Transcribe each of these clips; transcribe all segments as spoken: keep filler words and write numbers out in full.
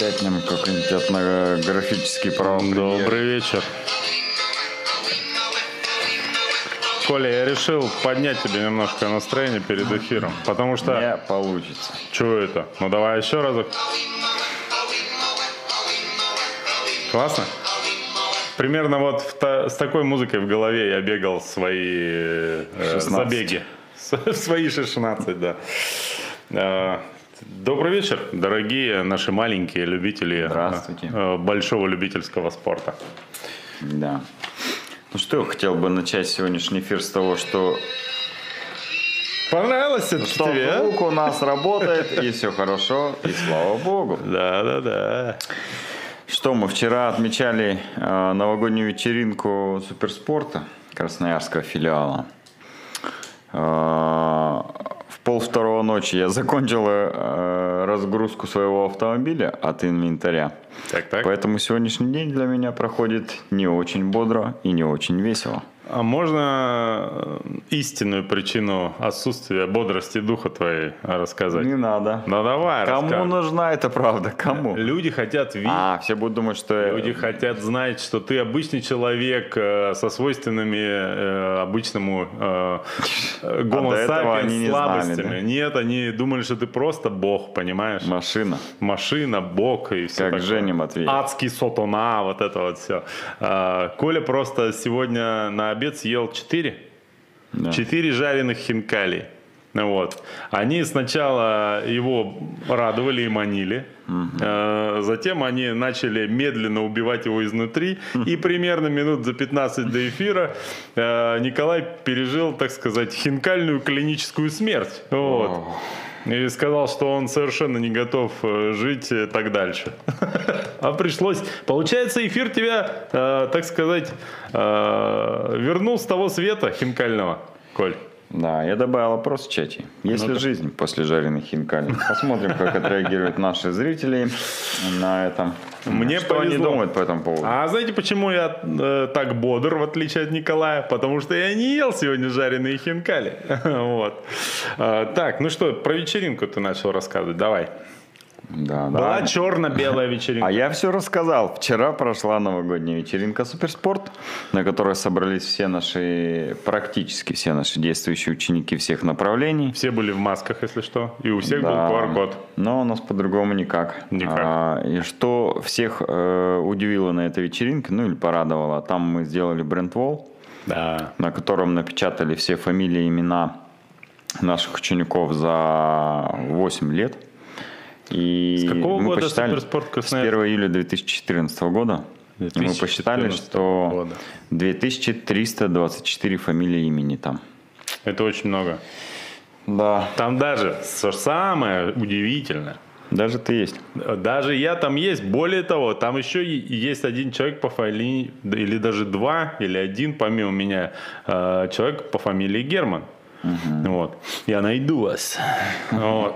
опять нам какой-нибудь этнографический правопремьер. Добрый вечер. Коля, я решил поднять тебе немножко настроение перед эфиром, потому что... Не получится. Чего это? Ну давай еще разок. Классно? Примерно вот в та, с такой музыкой в голове я бегал свои э, забеги. Свои шестнадцать, да. Э, добрый вечер, дорогие наши маленькие любители э, большого любительского спорта. Да. Ну что, я хотел бы начать сегодняшний эфир с того, что... Понравилось это что тебе? Звук у нас работает, и все хорошо, и слава богу. Да, да, да. Что, мы вчера отмечали э, новогоднюю вечеринку Суперспорта, красноярского филиала. Э, в полвторого ночи я закончил э, разгрузку своего автомобиля от инвентаря. Так, так. Поэтому сегодняшний день для меня проходит не очень бодро и не очень весело. А можно истинную причину отсутствия бодрости духа твоей рассказать? Не надо. Ну давай, Кому расскажи. Нужна эта правда? Кому? Люди хотят видеть. А, все будут думать, что... Люди хотят знать, что ты обычный человек э, со свойственными э, обычному э, гомо сапиенс слабостями. Знали, да? Нет, они думали, что ты просто бог, понимаешь? Машина. Машина, бог и все как такое. Женя Матвеев. Адский сатана, вот это вот все. Э, Коля просто сегодня на обед съел четыре. Да. Четыре жареных хинкали. Вот. Они сначала его радовали и манили. Угу. Затем они начали медленно убивать его изнутри. И примерно минут за пятнадцать до эфира Николай пережил, так сказать, хинкальную клиническую смерть. Вот. И сказал, что он совершенно не готов жить так дальше. А пришлось. Получается, эфир тебя, э, так сказать, э, вернул с того света хинкального, Коль. Да, я добавил вопрос в чате. Есть ли жизнь после жареных хинкалей? Посмотрим, как отреагируют наши зрители на это. Мне что повезло. Они думают по этому поводу? А знаете, почему я э, так бодр, в отличие от Николая? Потому что я не ел сегодня жареные хинкали. Вот. А, так, ну что, про вечеринку ты начал рассказывать. Давай. Да, Была да. черно-белая вечеринка. А я все рассказал. Вчера прошла новогодняя вечеринка Суперспорт, на которой собрались все наши, практически все наши действующие ученики всех направлений. Все были в масках, если что. И у всех да. был ку ар код. Но у нас по-другому никак. Никак. А, и что всех э, удивило на этой вечеринке, ну или порадовало, там мы сделали бренд-волл, да. на котором напечатали все фамилии и имена наших учеников за восемь лет. И с какого мы года посчитали, Суперспорт Красноярск? С первого июля две тысячи четырнадцатого года. две тысячи четырнадцатого. И мы посчитали, что года. две тысячи триста двадцать четыре фамилии и имени там. Это очень много. Да. Там даже самое удивительное. Даже ты есть. Даже я там есть. Более того, там еще есть один человек по фамилии, или даже два, или один, помимо меня, человек по фамилии Герман. Угу. Вот. Я найду вас. Вот.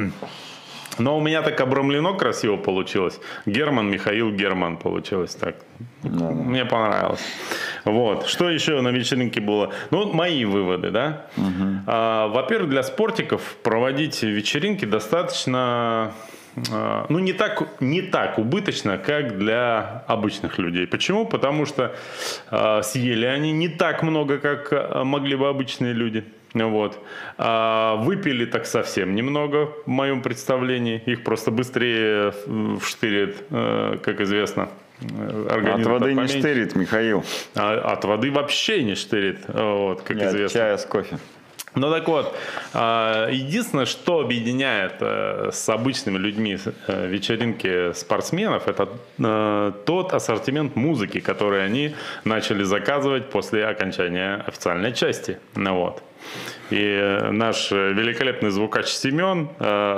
Но у меня так обрамлено красиво получилось. Герман, Михаил Герман получилось так. Да, да. Мне понравилось. Вот. Что еще на вечеринке было? Ну, мои выводы, да. Угу. А, во-первых, для спортиков проводить вечеринки достаточно... Ну, не так, не так убыточно, как для обычных людей. Почему? Потому что э, съели они не так много, как могли бы обычные люди. Вот. А выпили так совсем немного, в моем представлении. Их просто быстрее вштырит, э, как известно. От воды не штырит, Михаил. А, от воды вообще не штырит, вот, как Нет, известно. Чая с кофе. Ну так вот, единственное, что объединяет с обычными людьми вечеринки спортсменов, это тот ассортимент музыки, который они начали заказывать после окончания официальной части. Ну вот. И наш великолепный звукач Семен,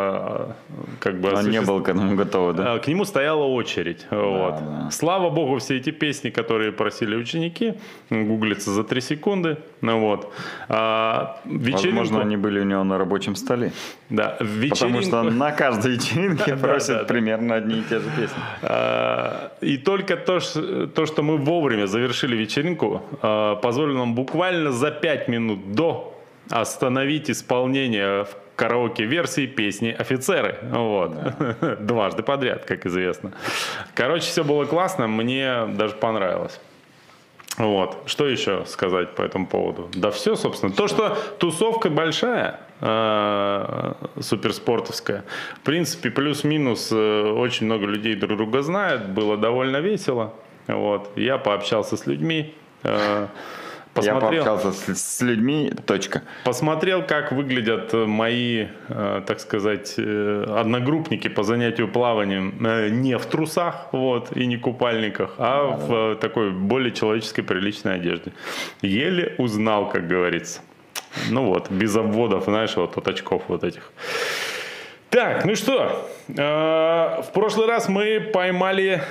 как бы... Он осуществ... не был к этому готов, да? К нему стояла очередь. Да, вот. Да. Слава богу, все эти песни, которые просили ученики, гуглятся за три секунды. Ну, вот. а, вечеринку... Возможно, они были у него на рабочем столе. Да, вечеринку... Потому что на каждой вечеринке просят примерно одни и те же песни. И только то, что мы вовремя завершили вечеринку, позволило нам буквально за пять минут до остановить исполнение караоке-версии песни «Офицеры». Вот. Да. Дважды подряд, как известно. Короче, все было классно, мне даже понравилось. Вот. Что еще сказать по этому поводу? Да все, собственно. То, что тусовка большая, э, суперспортовская. В принципе, плюс-минус э, очень много людей друг друга знают. Было довольно весело. Вот. Я пообщался с людьми. Э, Посмотрел, Я пообщался с, с людьми, точка. Посмотрел, как выглядят мои, э, так сказать, э, одногруппники по занятию плаванием э, не в трусах вот, и не купальниках, а да, в э, такой более человеческой приличной одежде. Еле узнал, как говорится. Ну вот, без обводов, знаешь, вот от очков вот этих. Так, ну что, э, в прошлый раз мы поймали...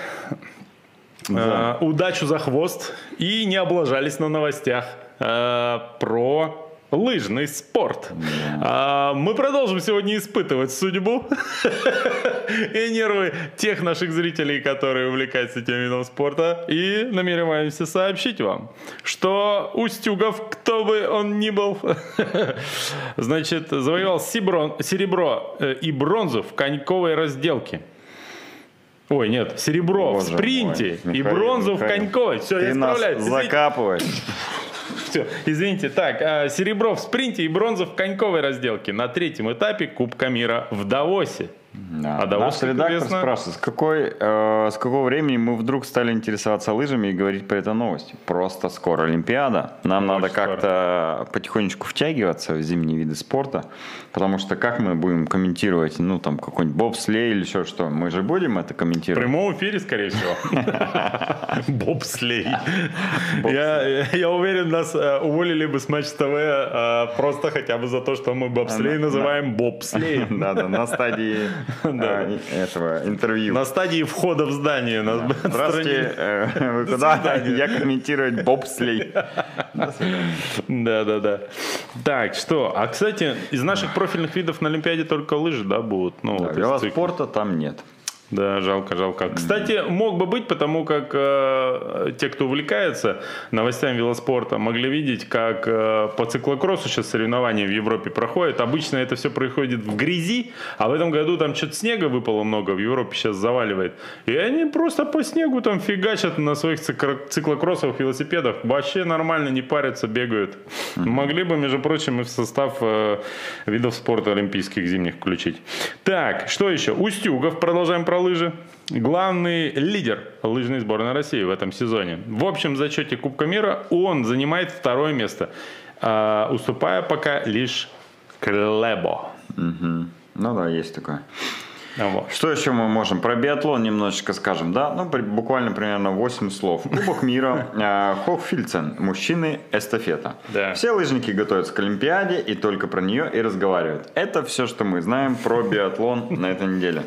Да. Э, удачу за хвост и не облажались на новостях э, про лыжный спорт. Да. э, мы продолжим сегодня испытывать судьбу и нервы тех наших зрителей, которые увлекаются этим видом спорта, и намереваемся сообщить вам, что Устюгов, кто бы он ни был, значит, завоевал серебро и бронзу в коньковой разделке. Ой, нет, серебро Боже в спринте мой, Михаил, и бронзу Михаил, в коньковой. Все, я исправляюсь. Закапывай. Все, извините. Так, серебро в спринте и бронзу в коньковой разделке на третьем этапе Кубка мира в Давосе. Да. А Давос, наш редактор известно... спрашивает, с, какой, э, с какого времени мы вдруг стали интересоваться лыжами и говорить про эту новость? Просто скоро Олимпиада. Нам Очень надо как-то потихонечку втягиваться в зимние виды спорта, потому что как мы будем комментировать, ну там какой-нибудь бобслей или еще что? Мы же будем это комментировать? В прямом эфире, скорее всего. Бобслей. Я уверен, нас уволили бы с Матч ТВ просто хотя бы за то, что мы бобслей называем бобслей. Да-да, на стадии Да. этого интервью. На стадии входа в здание. Да. Здравствуйте, э, вы куда? Я комментировать бобслей. Да-да-да. Так, что? А, кстати, из наших профильных видов на Олимпиаде только лыжи, да, будут? Ну, да, вот велоспорта там нет. Да, жалко, жалко. Кстати, мог бы быть, потому как э, те, кто увлекается новостями велоспорта, могли видеть, как э, по циклокроссу сейчас соревнования в Европе проходят. Обычно это все происходит в грязи, а в этом году там что-то снега выпало много, в Европе сейчас заваливает. И они просто по снегу там фигачат на своих циклокроссовых велосипедах. Вообще нормально, не парятся, бегают. Mm-hmm. Могли бы, между прочим, и в состав э, видов спорта олимпийских зимних включить. Так, что еще? Устюгов, продолжаем про лыжи. Главный лидер лыжной сборной России в этом сезоне. В общем зачете Кубка мира он занимает второе место, э, уступая пока лишь Клебо. Угу. Ну да, есть такое. Вот. Что еще мы можем? Про биатлон немножечко скажем, да? Ну, буквально примерно восемь слов. Кубок мира, э, Хоффильцен, мужчины, эстафета. Да. Все лыжники готовятся к Олимпиаде и только про нее и разговаривают. Это все, что мы знаем про биатлон на этой неделе.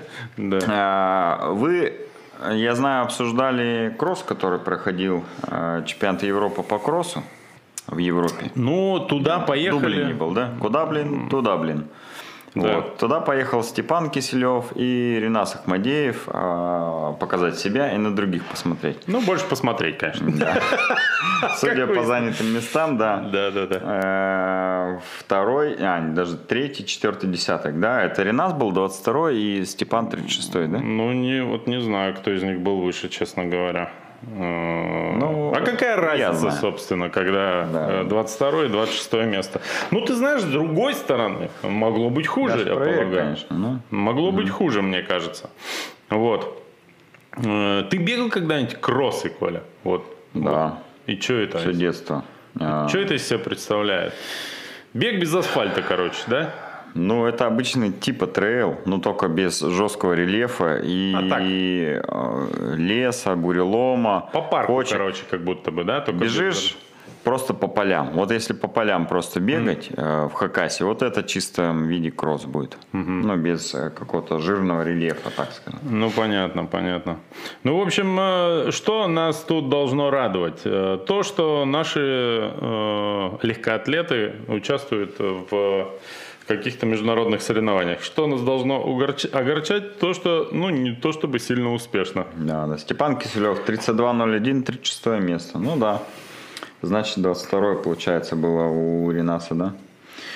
Вы, я знаю, обсуждали кросс, который проходил, чемпионат Европы по кроссу в Европе. Ну, туда поехали. В Дублине был, да? Куда, блин? Туда, блин. Да. Вот. Туда поехал Степан Киселев и Ринас Ахмадеев а, показать себя и на других посмотреть. Ну, больше посмотреть, конечно. Да. Судя по занятым местам, да. Да, да, да. Второй, а, даже третий, четвертый десяток, да. Это Ринас был двадцать второй и Степан тридцать шестой, да? Ну, не, вот не знаю, кто из них был выше, честно говоря. Ну, а какая разница, собственно, когда да. двадцать второе и двадцать шестое место? Ну, ты знаешь, с другой стороны, могло быть хуже, Даже я проект, полагаю. Конечно, но... Могло mm-hmm. быть хуже, мне кажется. Вот. Ты бегал когда-нибудь кроссы, Коля? Вот. Да. И что это? Все детство. Что это из себя представляет? Бег без асфальта, короче, да? Ну, это обычный типа трейл, но только без жесткого рельефа и, а и э, леса, бурелома. По парку, кочек. Короче, как будто бы, да? Только бежишь без... просто по полям. Вот если по полям просто бегать mm. э, в Хакасе, вот это в чистом виде кросс будет. Mm-hmm. Ну, без э, какого-то жирного рельефа, так сказать. Ну, понятно, понятно. Ну, в общем, э, что нас тут должно радовать? Э, то, что наши э, легкоатлеты участвуют в... каких-то международных соревнованиях. Что нас должно угорч... огорчать? То, что, ну, не то чтобы сильно успешно. Да, да. Степан Киселев, тридцать два ноль один, тридцать шестое место. Ну да. Значит, двадцать второе, получается, было у Ринаса, да?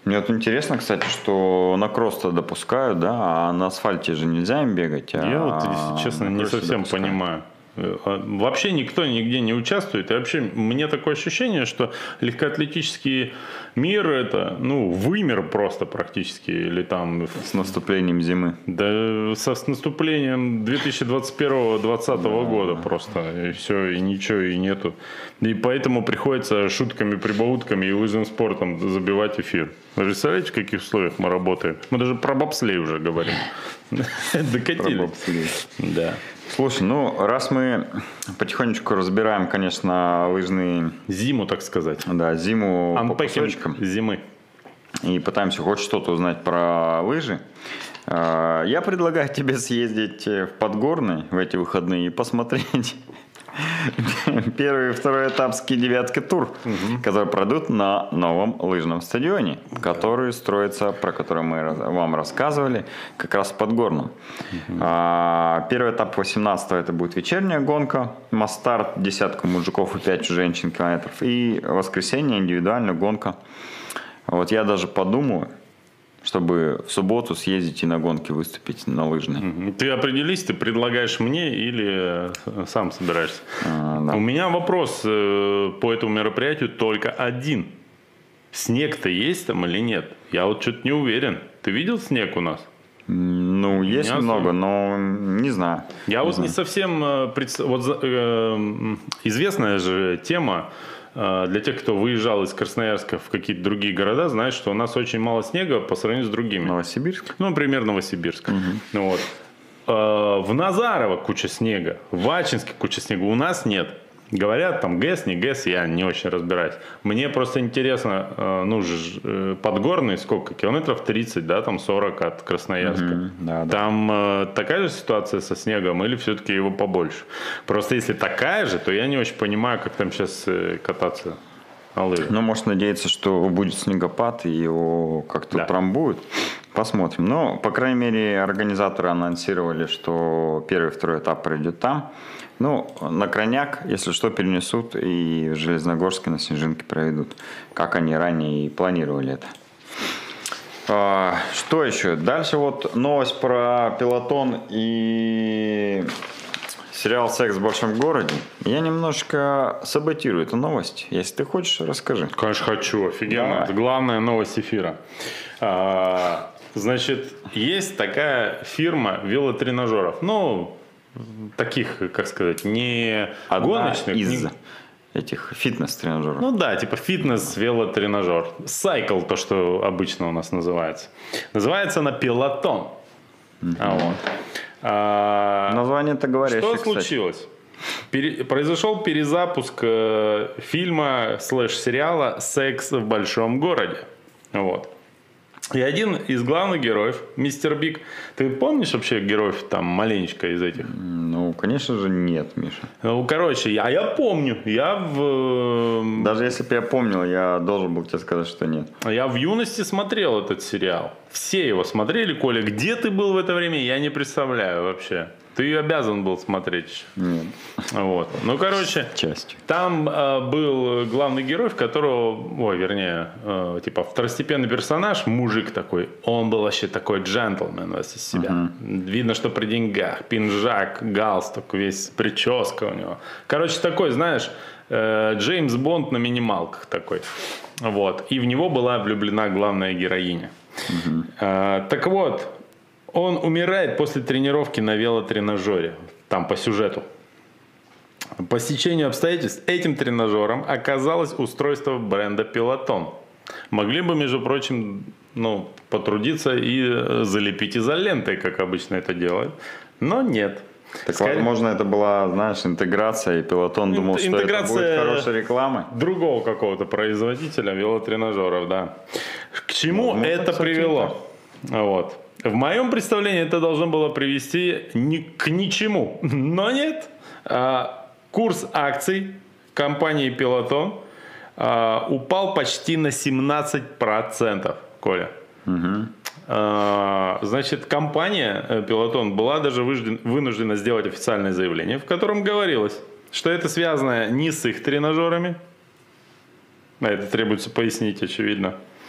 Мне вот интересно, кстати, что на кросс-то допускают, да, а на асфальте же нельзя им бегать. А Я вот, если честно, не совсем допускают. Понимаю. Вообще никто нигде не участвует. И вообще мне такое ощущение, что легкоатлетический мир это, ну, вымер просто практически. Или там... С наступлением зимы. Да, со, с наступлением две тысячи двадцать первого — две тысячи двадцатого да, года да. Просто. И все, и ничего, и нету. И поэтому приходится шутками, прибаутками и лыжным спортом забивать эфир. Вы представляете, в каких условиях мы работаем? Мы даже про бобслей уже говорим. Докатили. Да. Слушай, ну, раз мы потихонечку разбираем, конечно, лыжные... Зиму, так сказать. Да, зиму по кусочкам. Зимы. И пытаемся хоть что-то узнать про лыжи. Я предлагаю тебе съездить в Подгорный в эти выходные и посмотреть первый и второй этап ски девятки тур, угу. которые пройдут на новом лыжном стадионе, который строится, про который мы вам рассказывали, как раз в Подгорном. Угу. А, первый этап восемнадцатого это будет вечерняя гонка, масс-старт, десятка мужиков и пять женщин километров, и воскресенье индивидуальная гонка. Вот я даже подумаю, чтобы в субботу съездить и на гонки выступить на лыжной. Ты определись, ты предлагаешь мне или сам собираешься? А, да. У меня вопрос по этому мероприятию только один. Снег-то есть там или нет? Я вот что-то не уверен. Ты видел снег у нас? Ну, есть не много, особо. Но не знаю. Я не вот знаю. не совсем... Вот, э, известная же тема, для тех, кто выезжал из Красноярска в какие-то другие города, знает, что у нас очень мало снега по сравнению с другими. Новосибирск? Ну, например, Новосибирск. Угу. Ну, вот. В Назарово куча снега, в Ачинске куча снега. У нас нет. Говорят, там ГЭС, не ГЭС, я не очень разбираюсь. Мне просто интересно, ну, Подгорный сколько? Километров тридцать, да, там сорок от Красноярска. Mm-hmm, да, там да. такая же ситуация со снегом или все-таки его побольше? Просто если такая же, то я не очень понимаю, как там сейчас кататься на лыжах. Ну, может надеяться, что будет снегопад и его как-то да. утрамбуют. Посмотрим. Но, по крайней мере, организаторы анонсировали, что первый и второй этап пройдет там. Ну, на Крайняк, если что, перенесут и в Железногорске на Снежинке проведут, как они ранее и планировали это. А, что еще? Дальше вот новость про пилотон и сериал «Секс в большом городе». Я немножко саботирую эту новость. Если ты хочешь, расскажи. Конечно, хочу. Офигенно. Давай. Это главная новость эфира. А, значит, есть такая фирма велотренажеров. Ну... Таких, как сказать, не Одна гоночных. из не... этих фитнес-тренажеров. Ну да, типа фитнес-велотренажер. Сайкл, то, что обычно у нас называется. Называется она Пелотон. Mm-hmm. А вот. а... Название-то говорящее, Что кстати. случилось? Пере... Произошел перезапуск э, фильма слэш-сериала «Секс в большом городе». Вот. И один из главных героев, мистер Биг, ты помнишь вообще героев там маленечко из этих? Ну, конечно же, нет, Миша. Ну, короче, я, я помню, я в... Даже если бы я помнил, я должен был тебе сказать, что нет. Я в юности смотрел этот сериал. Все его смотрели, Коля. Где ты был в это время, я не представляю вообще. Ты обязан был смотреть. Нет. Вот. Ну, короче, частью. Там э, был главный герой, в которого, ой, вернее, э, типа второстепенный персонаж, мужик такой. Он был вообще такой джентльмен весь из себя. Uh-huh. Видно, что при деньгах. Пинжак, галстук, весь прическа у него. Короче, такой, знаешь, э, Джеймс Бонд на минималках такой. Вот. И в него была влюблена главная героиня. Uh-huh. Э, так вот, он умирает после тренировки на велотренажере. Там по сюжету. По стечению обстоятельств этим тренажером оказалось устройство бренда Пелотон. Могли бы, между прочим, ну, потрудиться и залепить изолентой, как обычно это делают. Но нет. Так, Скорее... возможно, это была, знаешь, интеграция, и Пелотон думал, что это будет хорошая реклама. Другого какого-то производителя велотренажеров, да. К чему возможно, это кстати, привело? Вот. В моем представлении это должно было привести ни к ничему. Но нет. Курс акций компании Пелотон упал почти на семнадцать процентов, Коля. Угу. Значит, компания Пелотон была даже вынуждена сделать официальное заявление, в котором говорилось, что это связано не с их тренажерами. Это требуется пояснить, очевидно.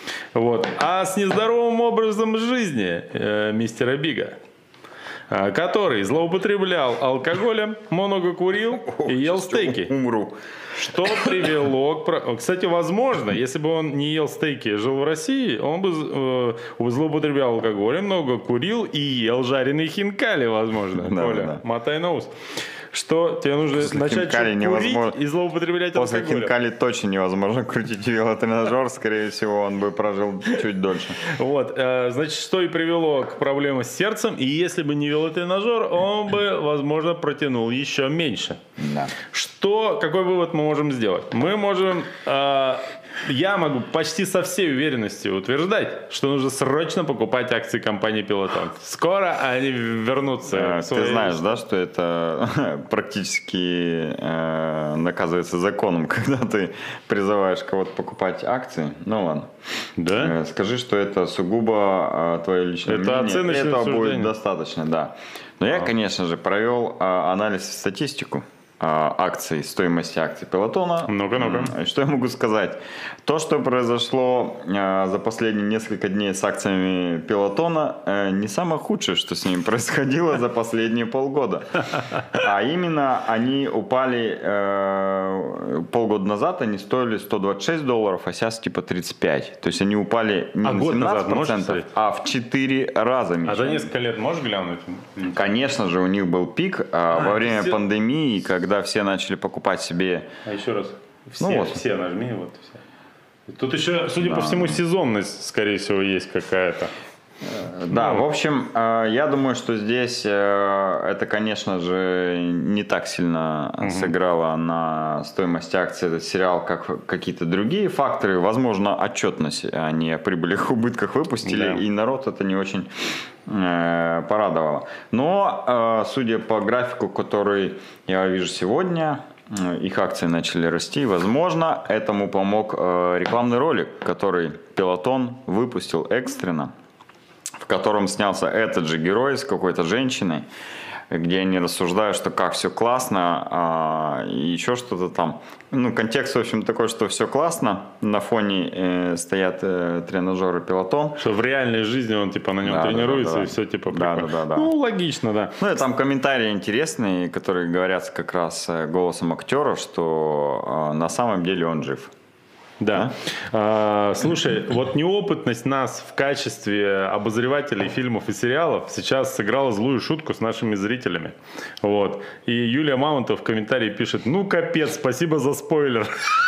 Вот. А с нездоровым образом жизни э, мистера Бига, э, который злоупотреблял алкоголем, много курил и ел стейки. Умру. Что привело к... Кстати, возможно, если бы он не ел стейки и жил в России, он бы э, злоупотреблял алкоголем, много курил и ел жареные хинкали, возможно. Да, Коля, да. Мотай на ус. Что тебе нужно После начать курить невозможно. И злоупотреблять После алкоголем. После хинкали точно невозможно крутить велотренажер, скорее всего, он бы прожил чуть дольше. Вот, э, значит, что и привело к проблемам с сердцем, и если бы не велотренажер, он бы, возможно, протянул еще меньше. Да. Что, какой вывод мы можем сделать? Мы можем... Э, Я могу почти со всей уверенностью утверждать, что нужно срочно покупать акции компании Peloton. Скоро они вернутся. А, ты знаешь, да, что это практически э, наказывается законом, когда ты призываешь кого-то покупать акции. Ну ладно. Да? Э, скажи, что это сугубо э, твое личное это мнение. Этого суждение. Будет достаточно, да. Но а. я, конечно же, провел э, анализ и статистику акций, стоимости акций Пелотона. Ну-ка, ну-ка. Что я могу сказать? То, что произошло э, за последние несколько дней с акциями Пелотона, э, не самое худшее, что с ними происходило за последние полгода. А именно, они упали э, полгода назад, они стоили сто двадцать шесть долларов, а сейчас типа тридцать пять. То есть они упали не а на семнадцать процентов, а в четыре раза. А за несколько лет можешь глянуть? Конечно же, у них был пик а, а, во время все... пандемии, когда все начали покупать себе... А еще раз, все, ну, вот. все нажми, вот все. Тут еще, судя да. по всему, сезонность, скорее всего, есть какая-то. Да, ну. в общем, я думаю, что здесь это, конечно же, не так сильно угу. сыграло на стоимость акций этот сериал, как какие-то другие факторы. Возможно, отчетность, а не о прибылях и убытках выпустили, да. и народ это не очень порадовало. Но, судя по графику, который я вижу сегодня, их акции начали расти. Возможно, этому помог рекламный ролик, который Peloton выпустил экстренно, в котором снялся этот же герой с какой-то женщиной, где они рассуждают, что как все классно, а, и еще что-то там. Ну, контекст, в общем, такой, что все классно, на фоне э, стоят э, тренажеры Peloton. Что в реальной жизни он типа на нем да, тренируется, да, да, и все типа да, да, да, да. Ну, логично, да. Ну, и там комментарии интересные, которые говорят как раз голосом актера, что э, на самом деле он жив. Да. А, слушай, вот неопытность нас в качестве обозревателей фильмов и сериалов сейчас сыграла злую шутку с нашими зрителями. Вот. И Юлия Мамонтов в комментарии пишет: ну капец, спасибо за спойлер.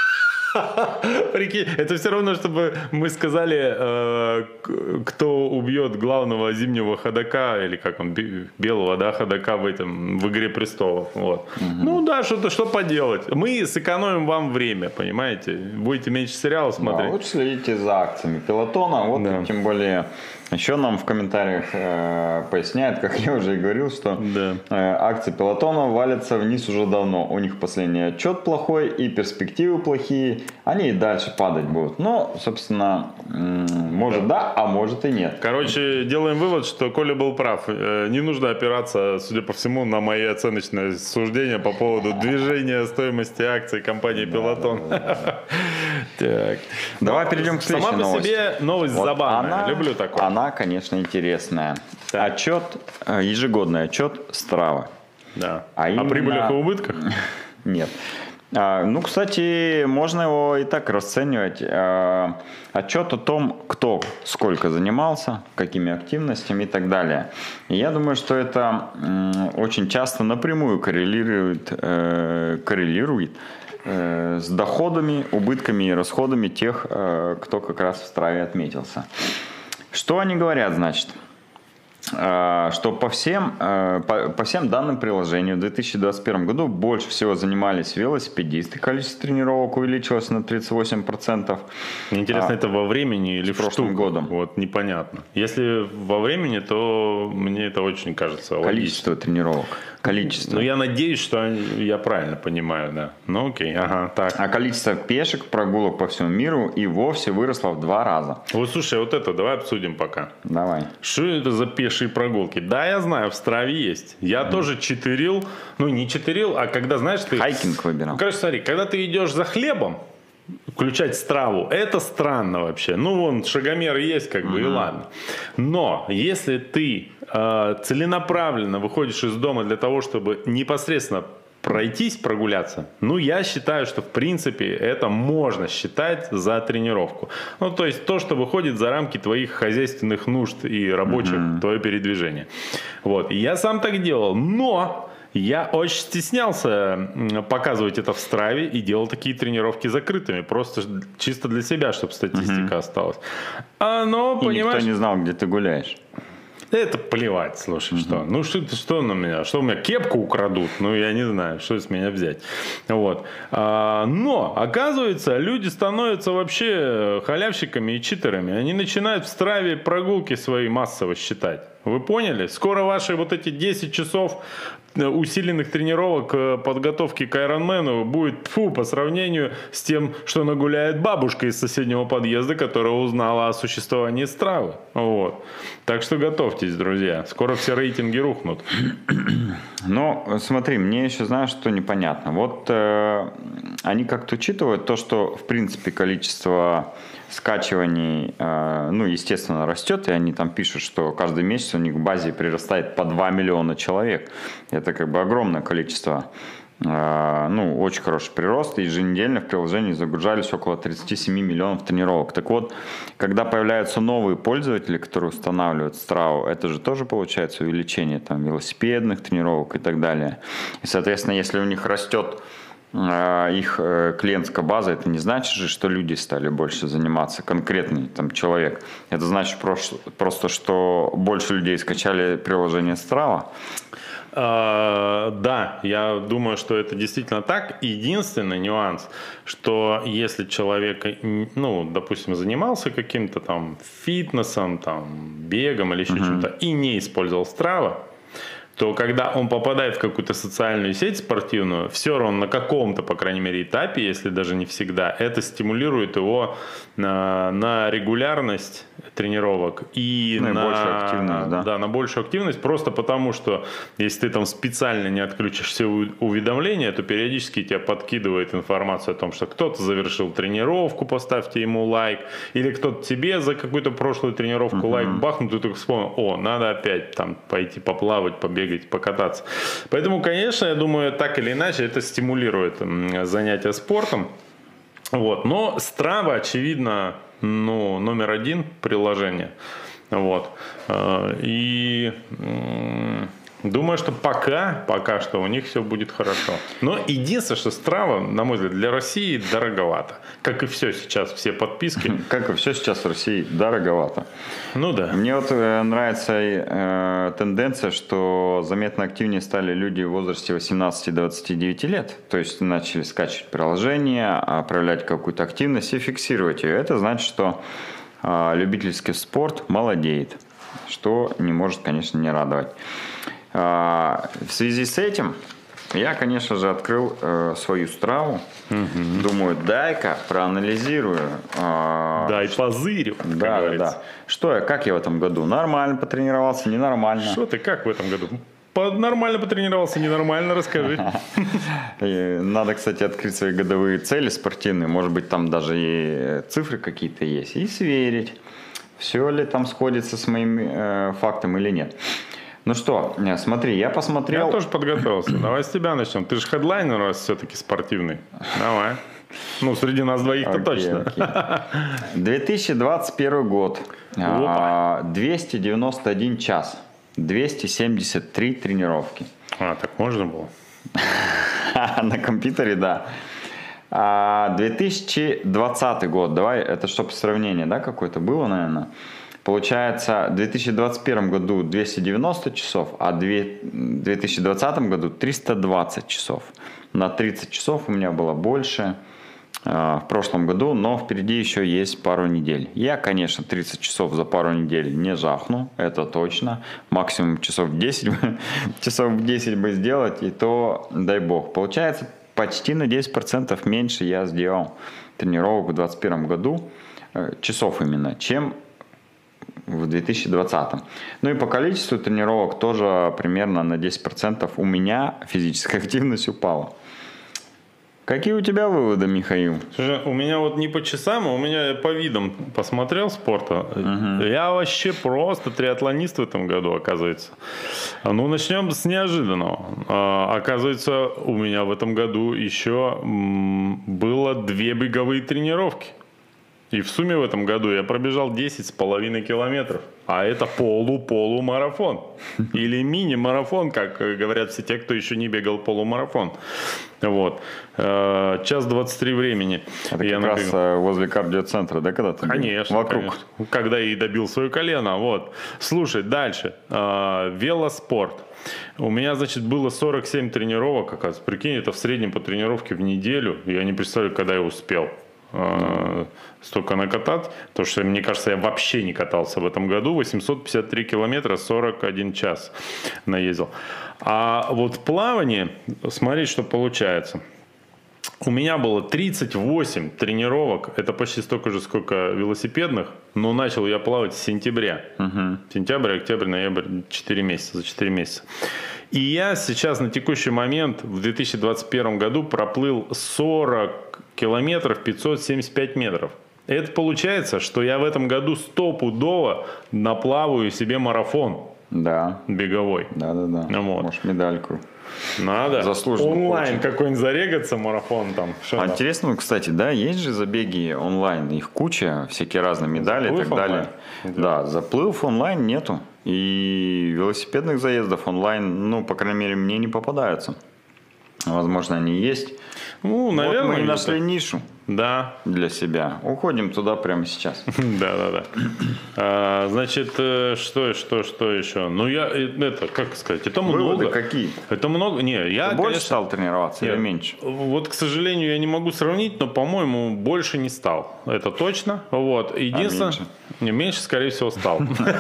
Прикинь, это все равно, чтобы мы сказали, э, кто убьет главного зимнего ходока, или как он, белого, да, ходока в этом, в «Игре престолов». Вот. Угу. Ну да, что-то, что поделать. Мы сэкономим вам время, понимаете? Будете меньше сериалов смотреть. Да, лучше следите за акциями Пелотона. Вот, да. Тем более, еще нам в комментариях э, поясняют, как я уже и говорил, что да. э, акции Пелотона валятся вниз уже давно. У них последний отчет плохой и перспективы плохие. Они и дальше падать будут. Но, собственно, может да, а может и нет. Короче, делаем вывод, что Коля был прав. Не нужно опираться, судя по всему, на мои оценочные суждения по поводу движения стоимости акций компании Peloton. Так. Давай перейдем к следующей новости. Сама по себе новость забавная. Люблю такое. Она, конечно, интересная. Отчет, ежегодный отчет Strava. Да. О прибылях и убытках? Нет. Ну, кстати, можно его и так расценивать. Отчет о том, кто сколько занимался, какими активностями и так далее. И я думаю, что это очень часто напрямую коррелирует, коррелирует с доходами, убытками и расходами тех, кто как раз в Страве отметился. Что они говорят, значит? Что по всем, по, по всем данным приложения в две тысячи двадцать первом году больше всего занимались велосипедисты. Количество тренировок увеличилось на тридцать восемь процентов. Мне интересно, а, это во времени или в прошлом году? Вот непонятно. Если во времени, то мне это очень кажется логично. Количество тренировок. Количество. Ну, я надеюсь, что я правильно понимаю, да. Ну, окей, ага, так. А количество пешек, прогулок по всему миру и вовсе выросло в два раза. Вот, слушай, вот это давай обсудим пока. Давай. Что это за пешие прогулки? Да, я знаю, в Страве есть. Я mm. тоже читерил. Ну, не читерил, а когда, знаешь, ты... Хайкинг выбирал. Ну, короче, смотри, когда ты идешь за хлебом, включать страву, это странно вообще. Ну, вон, шагомер есть, как бы, mm-hmm. и ладно. Но если ты э, целенаправленно выходишь из дома для того, чтобы непосредственно пройтись, прогуляться, ну, я считаю, что, в принципе, это можно считать за тренировку. Ну, то есть, то, что выходит за рамки твоих хозяйственных нужд и рабочих, mm-hmm. твое передвижение. Вот. И я сам так делал, но... Я очень стеснялся показывать это в Страве и делал такие тренировки закрытыми, просто чисто для себя, чтобы статистика uh-huh. осталась. А, но, и понимаешь, никто не знал, где ты гуляешь. Это плевать, слушай, uh-huh. что? Ну, что, что на меня? Что у меня кепку украдут? Ну, я не знаю, что с меня взять. Вот. А, но, оказывается, люди становятся вообще халявщиками и читерами. Они начинают в Страве прогулки свои массово считать. Вы поняли? Скоро ваши вот эти десять часов усиленных тренировок подготовки к Айронмену будет фу, по сравнению с тем, что нагуляет бабушка из соседнего подъезда, которая узнала о существовании Стравы. Вот. Так что готовьтесь, друзья. Скоро все рейтинги рухнут. Ну, смотри, мне еще, знаешь, что непонятно. Вот э, они как-то учитывают то, что, в принципе, количество скачиваний, э, ну, естественно, растет, и они там пишут, что каждый месяц у них в базе прирастает по два миллиона человек. Это как бы огромное количество. Э, ну, очень хороший прирост. Еженедельно в приложении загружались около тридцать семь миллионов тренировок. Так вот, когда появляются новые пользователи, которые устанавливают Strava, это же тоже получается увеличение там велосипедных тренировок и так далее. И, соответственно, если у них растет их клиентская база, это не значит же, что люди стали больше заниматься, конкретный там человек. Это значит просто, что больше людей скачали приложение Strava. Uh, да, я думаю, что это действительно так. Единственный нюанс, что если человек, ну, допустим, занимался каким-то там фитнесом, там, бегом или еще uh-huh. чем-то и не использовал Strava, то когда он попадает в какую-то социальную сеть спортивную, все равно на каком-то, по крайней мере, этапе, если даже не всегда, это стимулирует его на, на регулярность тренировок и ну, на, и большую активность, да? Да, на большую активность, просто потому что если ты там специально не отключишь все уведомления, то периодически тебя подкидывает информацию о том, что кто-то завершил тренировку, поставьте ему лайк, или кто-то тебе за какую-то прошлую тренировку uh-huh. лайк бахнул, ты только вспомнил, о, надо опять там пойти поплавать, побегать, покататься. Поэтому, конечно, я думаю, так или иначе это стимулирует занятия спортом. Вот. Но Strava, очевидно, ну, номер один приложение. Вот. И думаю, что пока, пока что у них все будет хорошо. Но единственное, что Strava, на мой взгляд, для России дороговато. Как и все сейчас, все подписки. Как и все сейчас в России дороговато. Ну да. Мне вот э, нравится э, тенденция, что заметно активнее стали люди в возрасте восемнадцати двадцати девяти лет. То есть начали скачивать приложения, проявлять какую-то активность и фиксировать ее. Это значит, что э, любительский спорт молодеет. Что не может, конечно, не радовать. В связи с этим я, конечно же, открыл э, свою Страву. Угу. Думаю, дай-ка проанализирую. Э, Дай позырю, как да, говорится. Да. Что я, как я в этом году? Нормально потренировался, ненормально? Что ты, как в этом году? По- нормально потренировался, ненормально, расскажи. Надо, кстати, открыть свои годовые цели спортивные. Может быть, там даже и цифры какие-то есть. И сверить, все ли там сходится с моим э, фактом или нет. Ну что, смотри, я посмотрел... Я тоже подготовился. Давай с тебя начнем. Ты же хедлайнер у нас все-таки спортивный. Давай. Ну, среди нас двоих-то okay, точно. Okay. две тысячи двадцать первый год. Опа. двести девяносто один час. двести семьдесят три тренировки. А, так можно было? На компьютере, да. две тысячи двадцатый год. Давай, это чтобы сравнение, да, какое-то было, наверное. Получается, в две тысячи двадцать первом году двести девяносто часов, а в две тысячи двадцатом году триста двадцать часов. На тридцать часов у меня было больше э, в прошлом году, но впереди еще есть пару недель. Я, конечно, тридцать часов за пару недель не жахну, это точно. Максимум часов десять, часов десять бы сделать, и то дай бог. Получается, почти на десять процентов меньше я сделал тренировок в двадцать первом году, э, часов именно, чем в две тысячи двадцатом. Ну и по количеству тренировок тоже примерно на десять процентов у меня физическая активность упала. Какие у тебя выводы, Михаил? Слушай, у меня вот не по часам, а у меня по видам посмотрел спорта. Угу. Я вообще просто триатлонист в этом году, оказывается. Ну, начнем с неожиданного. А, оказывается, у меня в этом году еще м, было две беговые тренировки. И в сумме в этом году я пробежал десять с половиной километров. А это полу-полумарафон. Или мини-марафон, как говорят все те, кто еще не бегал полумарафон. Вот. Час двадцать три времени. Это я как набегал. Раз возле кардиоцентра, да, когда ты Конечно, вокруг? Конечно. Когда я и добил свое колено. Вот. Слушай, дальше. Велоспорт. У меня, значит, было сорок семь тренировок, оказывается. Прикинь, это в среднем по тренировке в неделю. Я не представляю, когда я успел э, столько накатать. Потому что, мне кажется, я вообще не катался в этом году. восемьсот пятьдесят три километра, сорок один час наездил. А вот в плавании, смотри, что получается. У меня было тридцать восемь тренировок. Это почти столько же, сколько велосипедных. Но начал я плавать с сентября. Угу. Сентябрь, октябрь, ноябрь. четыре месяца. За четыре месяца. И я сейчас на текущий момент в две тысячи двадцать первом году проплыл сорок километров пятьсот семьдесят пять метров. Это получается, что я в этом году стопудово наплаваю себе марафон. Да. Беговой. Да, да, да. Вот. Может, медальку. Надо. Заслуженно онлайн какой-нибудь зарегаться, марафон там. А интересно, кстати, да, есть же забеги онлайн, их куча, всякие разные медали заплыв и так далее. Онлайн. Да, заплывов онлайн нету. И велосипедных заездов онлайн, ну, по крайней мере, мне не попадаются. Возможно, они есть. Ну, наверное. Вот мы нашли нишу. Да. Для себя. Уходим туда прямо сейчас. Да, да, да. Значит, что, что, что еще? Ну, я, это, как сказать, это много. Выводы какие? Это много. Не, я, больше конечно, стал тренироваться или меньше? Вот, к сожалению, я не могу сравнить, но, по-моему, больше не стал. Это точно. Вот. Единственное. А меньше? Не, меньше, скорее всего, стал.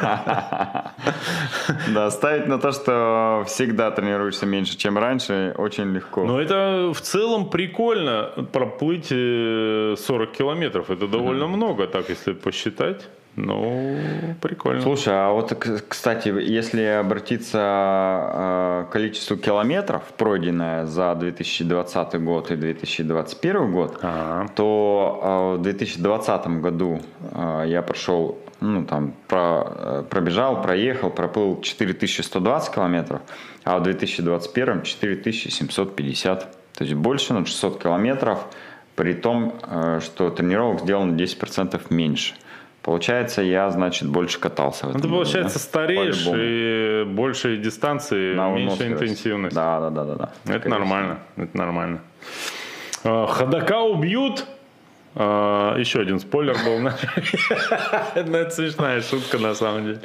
Да, ставить на то, что всегда тренируешься меньше, чем раньше, очень легко. Но это в целом прикольно проплыть сорок километров. Это довольно mm-hmm. много, так если посчитать. Ну, прикольно. Слушай, а вот, кстати, если обратиться к количеству километров, пройденное за две тысячи двадцатый год и две тысячи двадцать первый год, ага. то в две тысячи двадцатом году я прошел, ну, там, про, пробежал, проехал, проплыл четыре тысячи сто двадцать километров, а в две тысячи двадцать первом четыре тысячи семьсот пятьдесят. То есть больше на шестьсот километров, при том, что тренировок сделано десять процентов меньше. Получается, я, значит, больше катался в этом. Ну, ты, получается, да? Стареешь и больше дистанции, на меньше интенсивность. Да, да, да, да, да. Это конечно. Нормально. Это нормально. Ходока убьют. Еще один спойлер был. Это смешная шутка, на самом деле.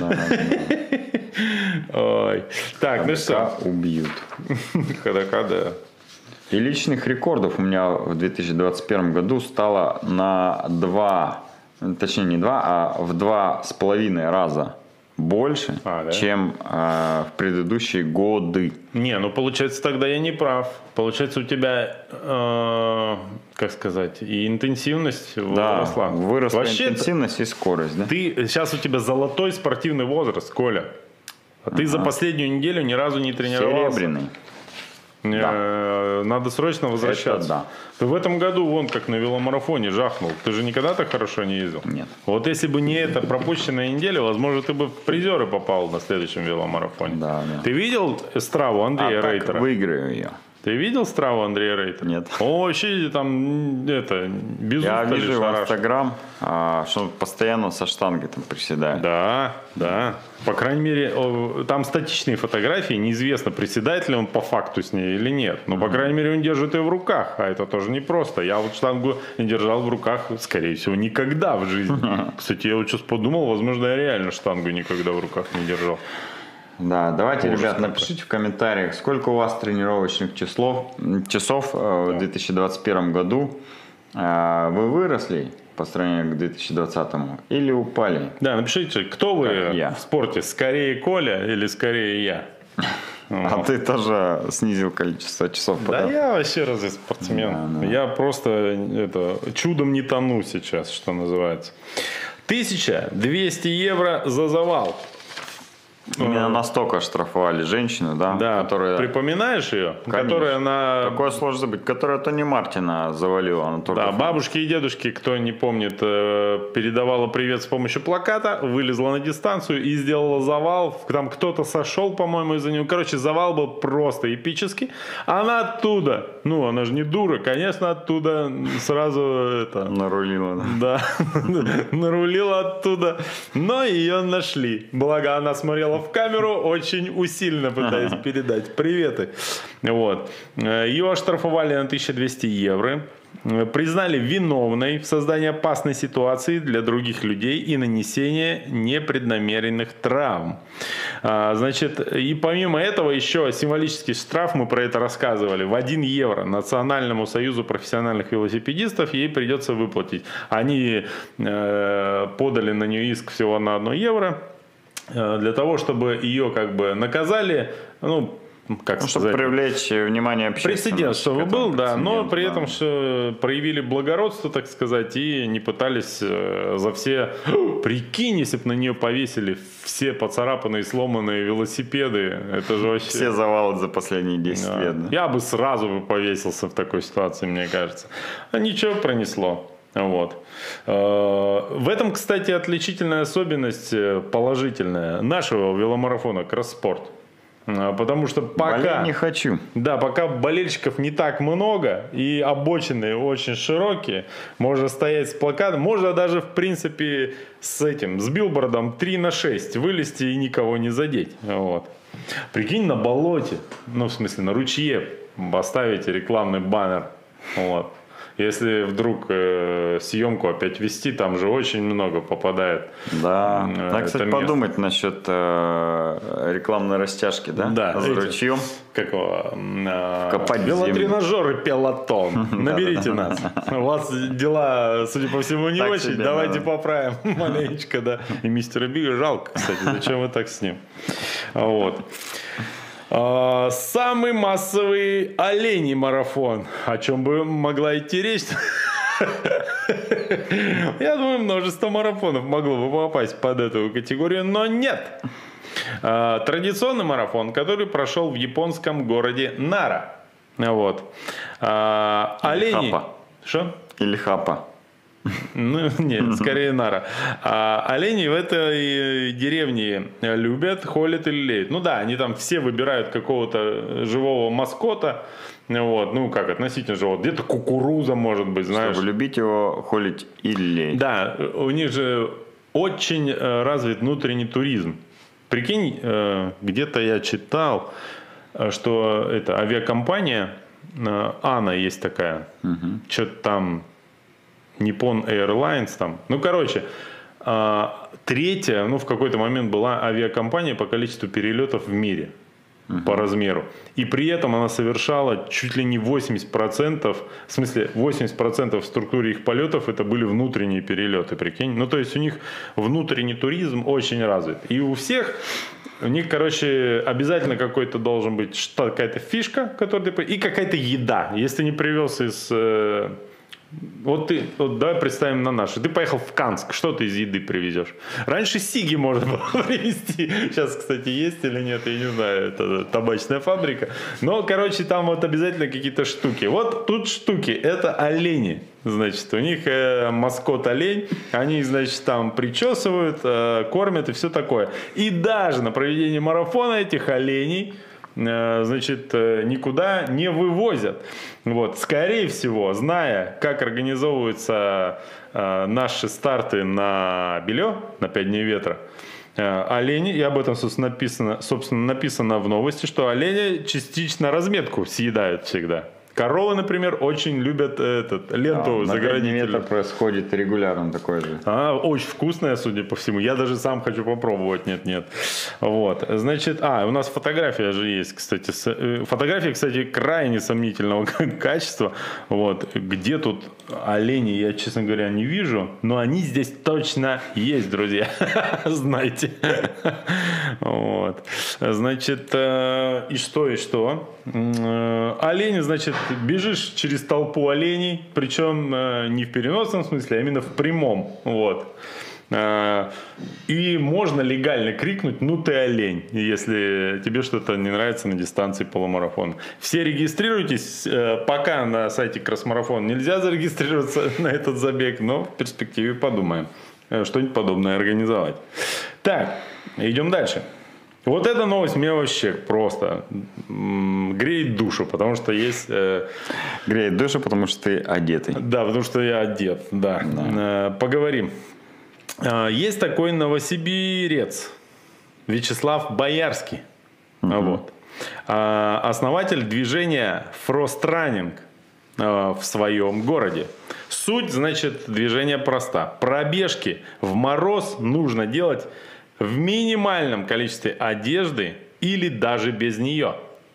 Ой. Так, ну что? Убьют. Ходока, да. И личных рекордов у меня в две тысячи двадцать первом году стало на два, точнее не два, а в два с половиной раза больше, а, да? чем э, в предыдущие годы. Не, ну получается тогда я не прав. Получается у тебя, э, как сказать, и интенсивность да, выросла. Выросла вообще интенсивность и скорость. Да? Ты, сейчас у тебя золотой спортивный возраст, Коля. А ты ага. за последнюю неделю ни разу не тренировался. Серебряный. Да. Надо срочно возвращаться. Да. Ты в этом году вон как на веломарафоне жахнул. Ты же никогда так хорошо не ездил? Нет. Вот если бы не эта пропущенная неделя, возможно, ты бы в призеры попал на следующем веломарафоне. Да, да. Ты видел страву Андрея а Рейтера? Так выиграю ее. Ты видел страву Андрея Рейтера? Нет. О, вообще там это безумно. Я вижу в Инстаграм, а, что он постоянно со штангой там приседает. Да, да. По крайней мере, там статичные фотографии. Неизвестно, приседает ли он по факту с ней или нет. Но, по крайней мере, он держит ее в руках. А это тоже непросто. Я вот штангу не держал в руках, скорее всего, никогда в жизни. Кстати, я вот сейчас подумал, возможно, я реально штангу никогда в руках не держал. Да, давайте, Ужас ребят, какой. Напишите в комментариях, сколько у вас тренировочных часов, часов в две тысячи двадцать первом году. Вы выросли по сравнению к две тысячи двадцатому или упали? Да, напишите, кто вы я. В спорте, скорее Коля или скорее я? А ты тоже снизил количество часов? Да я вообще разве спортсмен. Да, да. Я просто это, чудом не тону сейчас, что называется. тысяча двести евро за завал. Именно настолько штрафовали женщину, да? Да, которая... припоминаешь ее? Конечно. Которая она... Такое сложно забыть. Которая Тони Мартина завалила. Она только... Да, бабушки и дедушки, кто не помнит, передавала привет с помощью плаката, вылезла на дистанцию и сделала завал. Там кто-то сошел, по-моему, из-за него. Короче, завал был просто эпический. Она оттуда, ну, она же не дура, конечно, оттуда сразу это... Нарулила, да. Да, нарулила оттуда. Но ее нашли. Благо, она смотрела в камеру, очень усиленно пытаясь передать приветы. Вот. Ее оштрафовали на тысячу двести евро. Признали виновной в создании опасной ситуации для других людей и нанесения непреднамеренных травм. Значит, и помимо этого еще символический штраф, мы про это рассказывали, в один евро Национальному союзу профессиональных велосипедистов ей придется выплатить. Они э, подали на нее иск всего на одно евро, э, для того, чтобы ее как бы наказали, ну, как ну, сказать, чтобы привлечь внимание общественности. Прецедент, чтобы был, да, но при да. этом что проявили благородство, так сказать, и не пытались э, за все... Прикинь, если бы на нее повесили все поцарапанные, сломанные велосипеды, это же вообще... Все завалы за последние десять да. лет. Да? Я бы сразу бы повесился в такой ситуации, мне кажется. А ничего, пронесло. Вот. В этом, кстати, отличительная особенность положительная нашего веломарафона «Кросспорт». Потому что пока... Болеть не хочу. Да, пока болельщиков не так много и обочины очень широкие, можно стоять с плакатом, можно даже, в принципе, с этим, с билбордом три на шесть вылезти и никого не задеть. Вот. Прикинь, на болоте, ну, в смысле, на ручье поставите рекламный баннер. Вот. Если вдруг э, съемку опять вести, там же очень много попадает. Да. Э, Надо, кстати, место. подумать насчет э, рекламной растяжки, да? Да. За ручьем. Как его? Э, Копать велотренажеры Пелотон. Наберите нас. У вас дела, судя по всему, не очень. Давайте поправим маленечко, да. И мистера Бига жалко, кстати. Зачем вы так с ним? Вот. Самый массовый оленей марафон. О чем бы могла идти речь? Я думаю, множество марафонов могло бы попасть под эту категорию, но нет. Традиционный марафон, который прошел в японском городе Нара. Вот. Оленей. Что? Или Хапа. Ну, нет, скорее Нара. А оленей в этой деревне любят, холят и лелеют. Ну да, они там все выбирают какого-то живого маскота. Вот, ну как, относительно живого. Где-то кукуруза, может быть, знаешь. Чтобы любить его, холить и лелеять. Да, у них же очень развит внутренний туризм. Прикинь, где-то я читал, что это авиакомпания, Ана есть такая, угу. Что-то там... Nippon Airlines там. Ну, короче, третья, ну, в какой-то момент была авиакомпания по количеству перелетов в мире. Uh-huh. По размеру. И при этом она совершала чуть ли не восемьдесят процентов, в смысле восемьдесят процентов в структуре их полетов это были внутренние перелеты, прикинь. Ну, то есть у них внутренний туризм очень развит. И у всех... У них, короче, обязательно какой-то должен быть какая-то фишка, которую ты... и какая-то еда. Если ты не привез из... Вот ты, вот давай представим на нашу. Ты поехал в Канск, что ты из еды привезешь? Раньше сиги можно было привезти. Сейчас, кстати, есть или нет, я не знаю. Это табачная фабрика. Но, короче, там вот обязательно какие-то штуки. Вот тут штуки. Это олени. Значит, у них э, маскот олень. Они, значит, там причесывают, э, кормят и все такое. И даже на проведение марафона этих оленей значит, никуда не вывозят. Вот. Скорее всего, зная, как организовываются э, наши старты на Белё, на пять дней ветра, э, олени, и об этом, собственно, написано, собственно, написано в новости, что олени частично разметку съедают всегда. Коровы, например, очень любят этот, ленту а, заградительную. Это происходит регулярно такое же. Она очень вкусная, судя по всему. Я даже сам хочу попробовать. Нет, нет. Вот. Значит, а, у нас фотография же есть, кстати. Фотография, кстати, крайне сомнительного качества. Вот. Где тут олени, я, честно говоря, не вижу. Но они здесь точно есть, друзья. Знаете. Вот. Значит, и что, и что? Олени, значит, бежишь через толпу оленей, причем э, не в переносном смысле, а именно в прямом. Вот. Э, И можно легально крикнуть: ну ты олень, если тебе что-то не нравится на дистанции полумарафона. Все регистрируйтесь. Пока на сайте Кросс-марафон нельзя зарегистрироваться на этот забег, но в перспективе подумаем, что-нибудь подобное организовать. Так, идем дальше. Вот эта новость мне вообще просто греет душу, потому что есть... Э... Греет душу, потому что ты одетый. Да, потому что я одет, да. да. Э, поговорим. Э, есть такой новосибирец Вячеслав Боярский. Угу. Вот. Э, основатель движения Frost-Running э, в своем городе. Суть, значит, движения проста. Пробежки в мороз нужно делать в минимальном количестве одежды или даже без нее.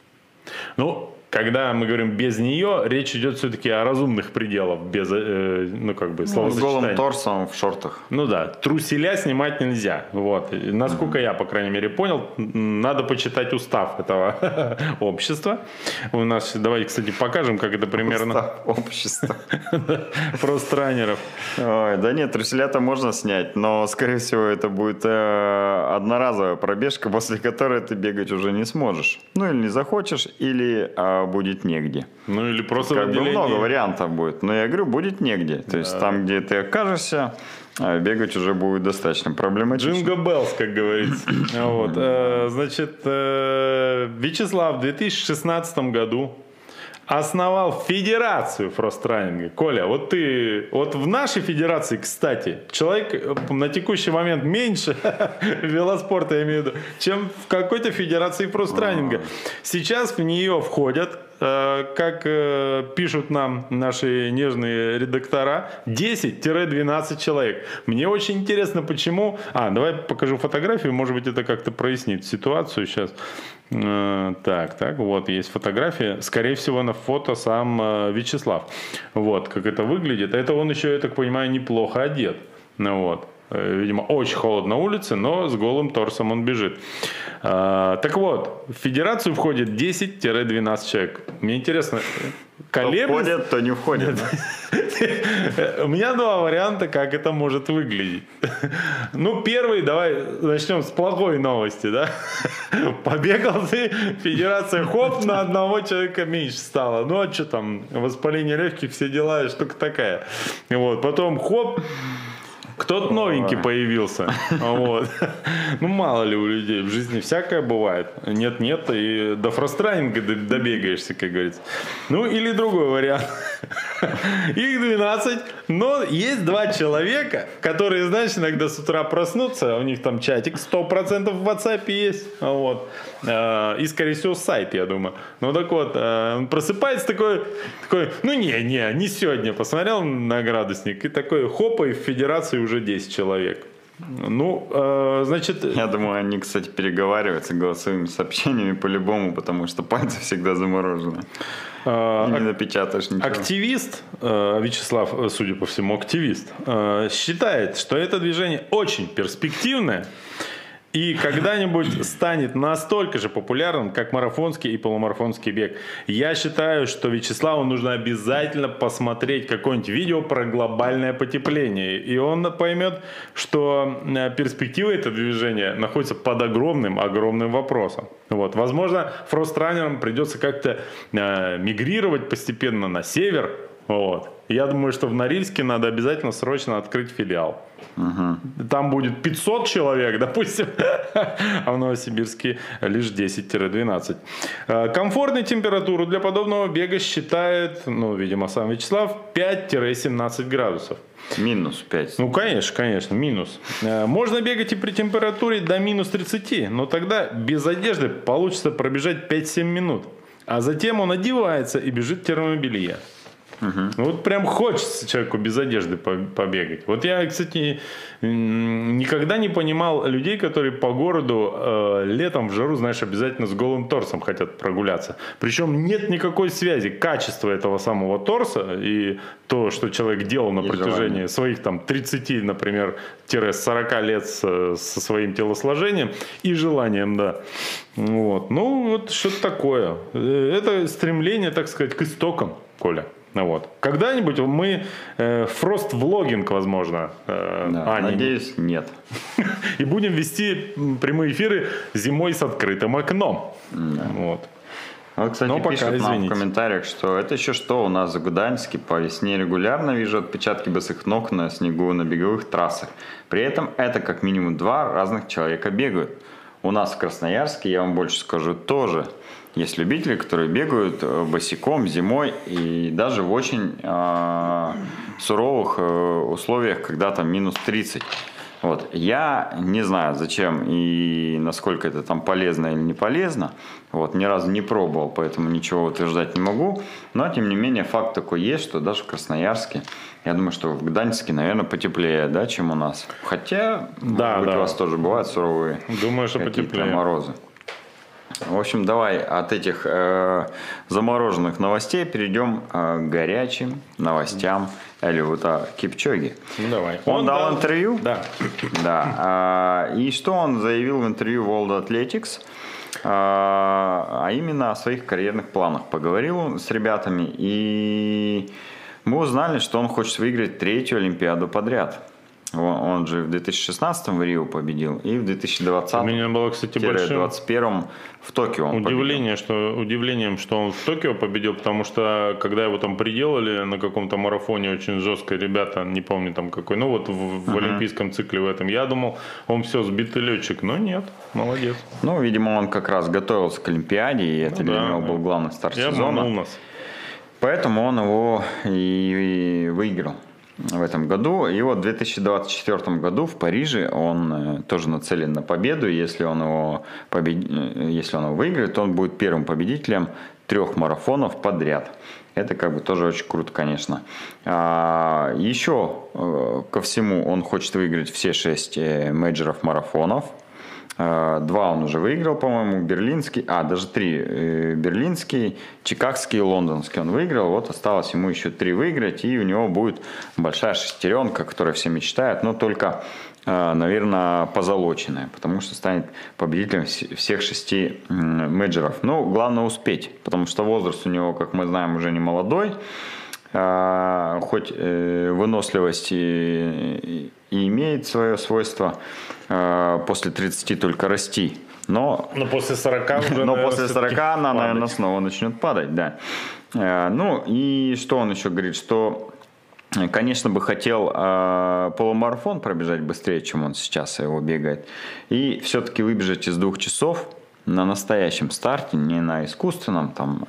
Ну, когда мы говорим без нее, речь идет все-таки о разумных пределах, без, э, ну, как бы, словосочетания. С голым торсом в шортах. Ну да, труселя снимать нельзя. Вот. Насколько mm-hmm. я, по крайней мере, понял, надо почитать устав этого общества. У нас, давайте, кстати, покажем, как это примерно. Устав общества. Просто раннеров. Ой, да нет, труселя-то можно снять, но, скорее всего, это будет э, одноразовая пробежка, после которой ты бегать уже не сможешь. Ну, или не захочешь, или э, будет негде. Ну, или просто как бы много вариантов будет. Но я говорю, будет негде. То да. есть там, где ты окажешься, бегать уже будет достаточно проблематично. Джинго Беллс, как говорится. Вот. Значит, Вячеслав в две тысячи шестнадцатом году основал федерацию фространинга. Коля, вот ты, вот в нашей федерации, кстати, человек на текущий момент меньше велоспорта, я имею в виду, чем в какой-то федерации фространинга. Сейчас в нее входят, как пишут нам наши нежные редактора, десять-двенадцать человек. Мне очень интересно, почему... А, давай покажу фотографию, может быть, это как-то прояснит ситуацию сейчас. Так, так, вот есть фотография. Скорее всего, на фото сам Вячеслав. Вот, как это выглядит. Это он еще, я так понимаю, неплохо одет. Ну вот. Видимо, очень холодно на улице, но с голым торсом он бежит. А, так вот, в федерацию входит десять-двенадцать человек. Мне интересно, колеблется... То входят, то не входят. У меня два варианта, как это может выглядеть. Ну, первый, давай начнем с плохой новости, да? Побегал ты, федерация, хоп, на одного человека меньше стало. Ну, а что там, воспаление легких, все дела, штука такая. Вот, потом хоп, кто-то новенький появился. Вот. Ну, мало ли у людей в жизни всякое бывает. Нет-нет, и до фространинга добегаешься, как говорится. Ну, или другой вариант. Их двенадцать, но есть два человека, которые, знаешь, иногда с утра проснутся, у них там чатик сто процентов в WhatsApp есть. Вот. И, скорее всего, сайт, я думаю. Ну, так вот, он просыпается такой, такой, ну, не, не, не сегодня. Посмотрел на градусник и такой, хопа, и в федерации уже десять человек. Ну, э, значит... Я думаю, они, кстати, переговариваются голосовыми сообщениями по-любому, потому что пальцы всегда заморожены. Э, и не напечатаешь ничего. Активист, э, Вячеслав, судя по всему, активист, э, считает, что это движение очень перспективное и когда-нибудь станет настолько же популярным, как марафонский и полумарафонский бег. Я считаю, что Вячеславу нужно обязательно посмотреть какое-нибудь видео про глобальное потепление. И он поймет, что перспектива этого движения находится под огромным-огромным вопросом. Вот. Возможно, фространерам придется как-то э, мигрировать постепенно на север. Вот. Я думаю, что в Норильске надо обязательно срочно открыть филиал. Угу. Там будет пятьсот человек, допустим, а в Новосибирске лишь десять-двенадцать. Комфортной температуру для подобного бега считает, ну, видимо, сам Вячеслав, пять-семнадцать градусов. Минус пять. Ну, конечно, конечно, минус. Можно бегать и при температуре до минус тридцати, но тогда без одежды получится пробежать пять-семь минут. А затем он одевается и бежит в термобелье. Угу. Вот прям хочется человеку без одежды побегать. Вот я, кстати, никогда не понимал людей, которые по городу э, летом в жару, знаешь, обязательно с голым торсом хотят прогуляться. Причем нет никакой связи качества этого самого торса и то, что человек делал на и протяжении желание. своих там тридцати, например, сорока лет со, со своим телосложением и желанием, да. Вот. Ну, вот что-то такое. Это стремление, так сказать, к истокам, Коля. Вот. Когда-нибудь мы э, фрост-влогинг, возможно. Э, да, а, надеюсь, не... нет. И будем вести прямые эфиры зимой с открытым окном. Да. Вот. Вот, кстати, Но пишут пока, нам в комментариях, что это еще что у нас в Гданьске. По весне регулярно вижу отпечатки босых ног на снегу на беговых трассах. При этом это как минимум два разных человека бегают. У нас в Красноярске, я вам больше скажу, тоже есть любители, которые бегают босиком зимой и даже в очень э, суровых э, условиях, когда там минус тридцать. Вот. Я не знаю, зачем и насколько это там полезно или не полезно. Вот. Ни разу не пробовал, поэтому ничего утверждать не могу. Но, тем не менее, факт такой есть, что даже в Красноярске, я думаю, что в Гданьске, наверное, потеплее, да, чем у нас. Хотя, да, может быть, да. У вас тоже бывают суровые думаю, что какие-то потеплее. Морозы. В общем, давай от этих э, замороженных новостей перейдем э, к горячим новостям Элиота Кипчоги. Ну, давай. Он, он дал, дал интервью. Да. Да. Э, и что он заявил в интервью World Athletics? Э, а именно о своих карьерных планах. Поговорил он с ребятами, и мы узнали, что он хочет выиграть третью Олимпиаду подряд. Он же в две тысячи шестнадцатом в Рио победил и в две тысячи двадцатом, у меня было, кстати, большое двадцать первом в Токио он удивление, что, удивлением, что он в Токио победил, потому что когда его там приделали на каком-то марафоне очень жестко, ребята, не помню там какой, ну вот в, в uh-huh. олимпийском цикле в этом, я думал, он все, сбитый летчик, но нет, молодец. Ну, видимо, он как раз готовился к Олимпиаде, и это ну, для да, него да. был главный старт я сезона. Нас. Поэтому он его и, и выиграл в этом году. И вот в две тысячи двадцать четвёртом году в Париже он тоже нацелен на победу. Если он его, побед... Если он его выиграет, то он будет первым победителем трех марафонов подряд. Это как бы тоже очень круто, конечно. А, еще ко всему он хочет выиграть все шесть мейджоров марафонов. Два он уже выиграл, по-моему, берлинский, а, даже три, берлинский, чикагский и лондонский он выиграл, вот осталось ему еще три выиграть, и у него будет большая шестеренка, которая все мечтают, но только, наверное, позолоченная, потому что станет победителем всех шести мейджоров. Но главное успеть, потому что возраст у него, как мы знаем, уже не молодой, хоть выносливость и, и имеет свое свойство после тридцати только расти, но, но после сорока уже, но после сорока она, падать. наверное, снова начнет падать, да. Ну и что он еще говорит, что, конечно, бы хотел полумарафон пробежать быстрее, чем он сейчас его бегает, и все-таки выбежать из двух часов на настоящем старте, не на искусственном там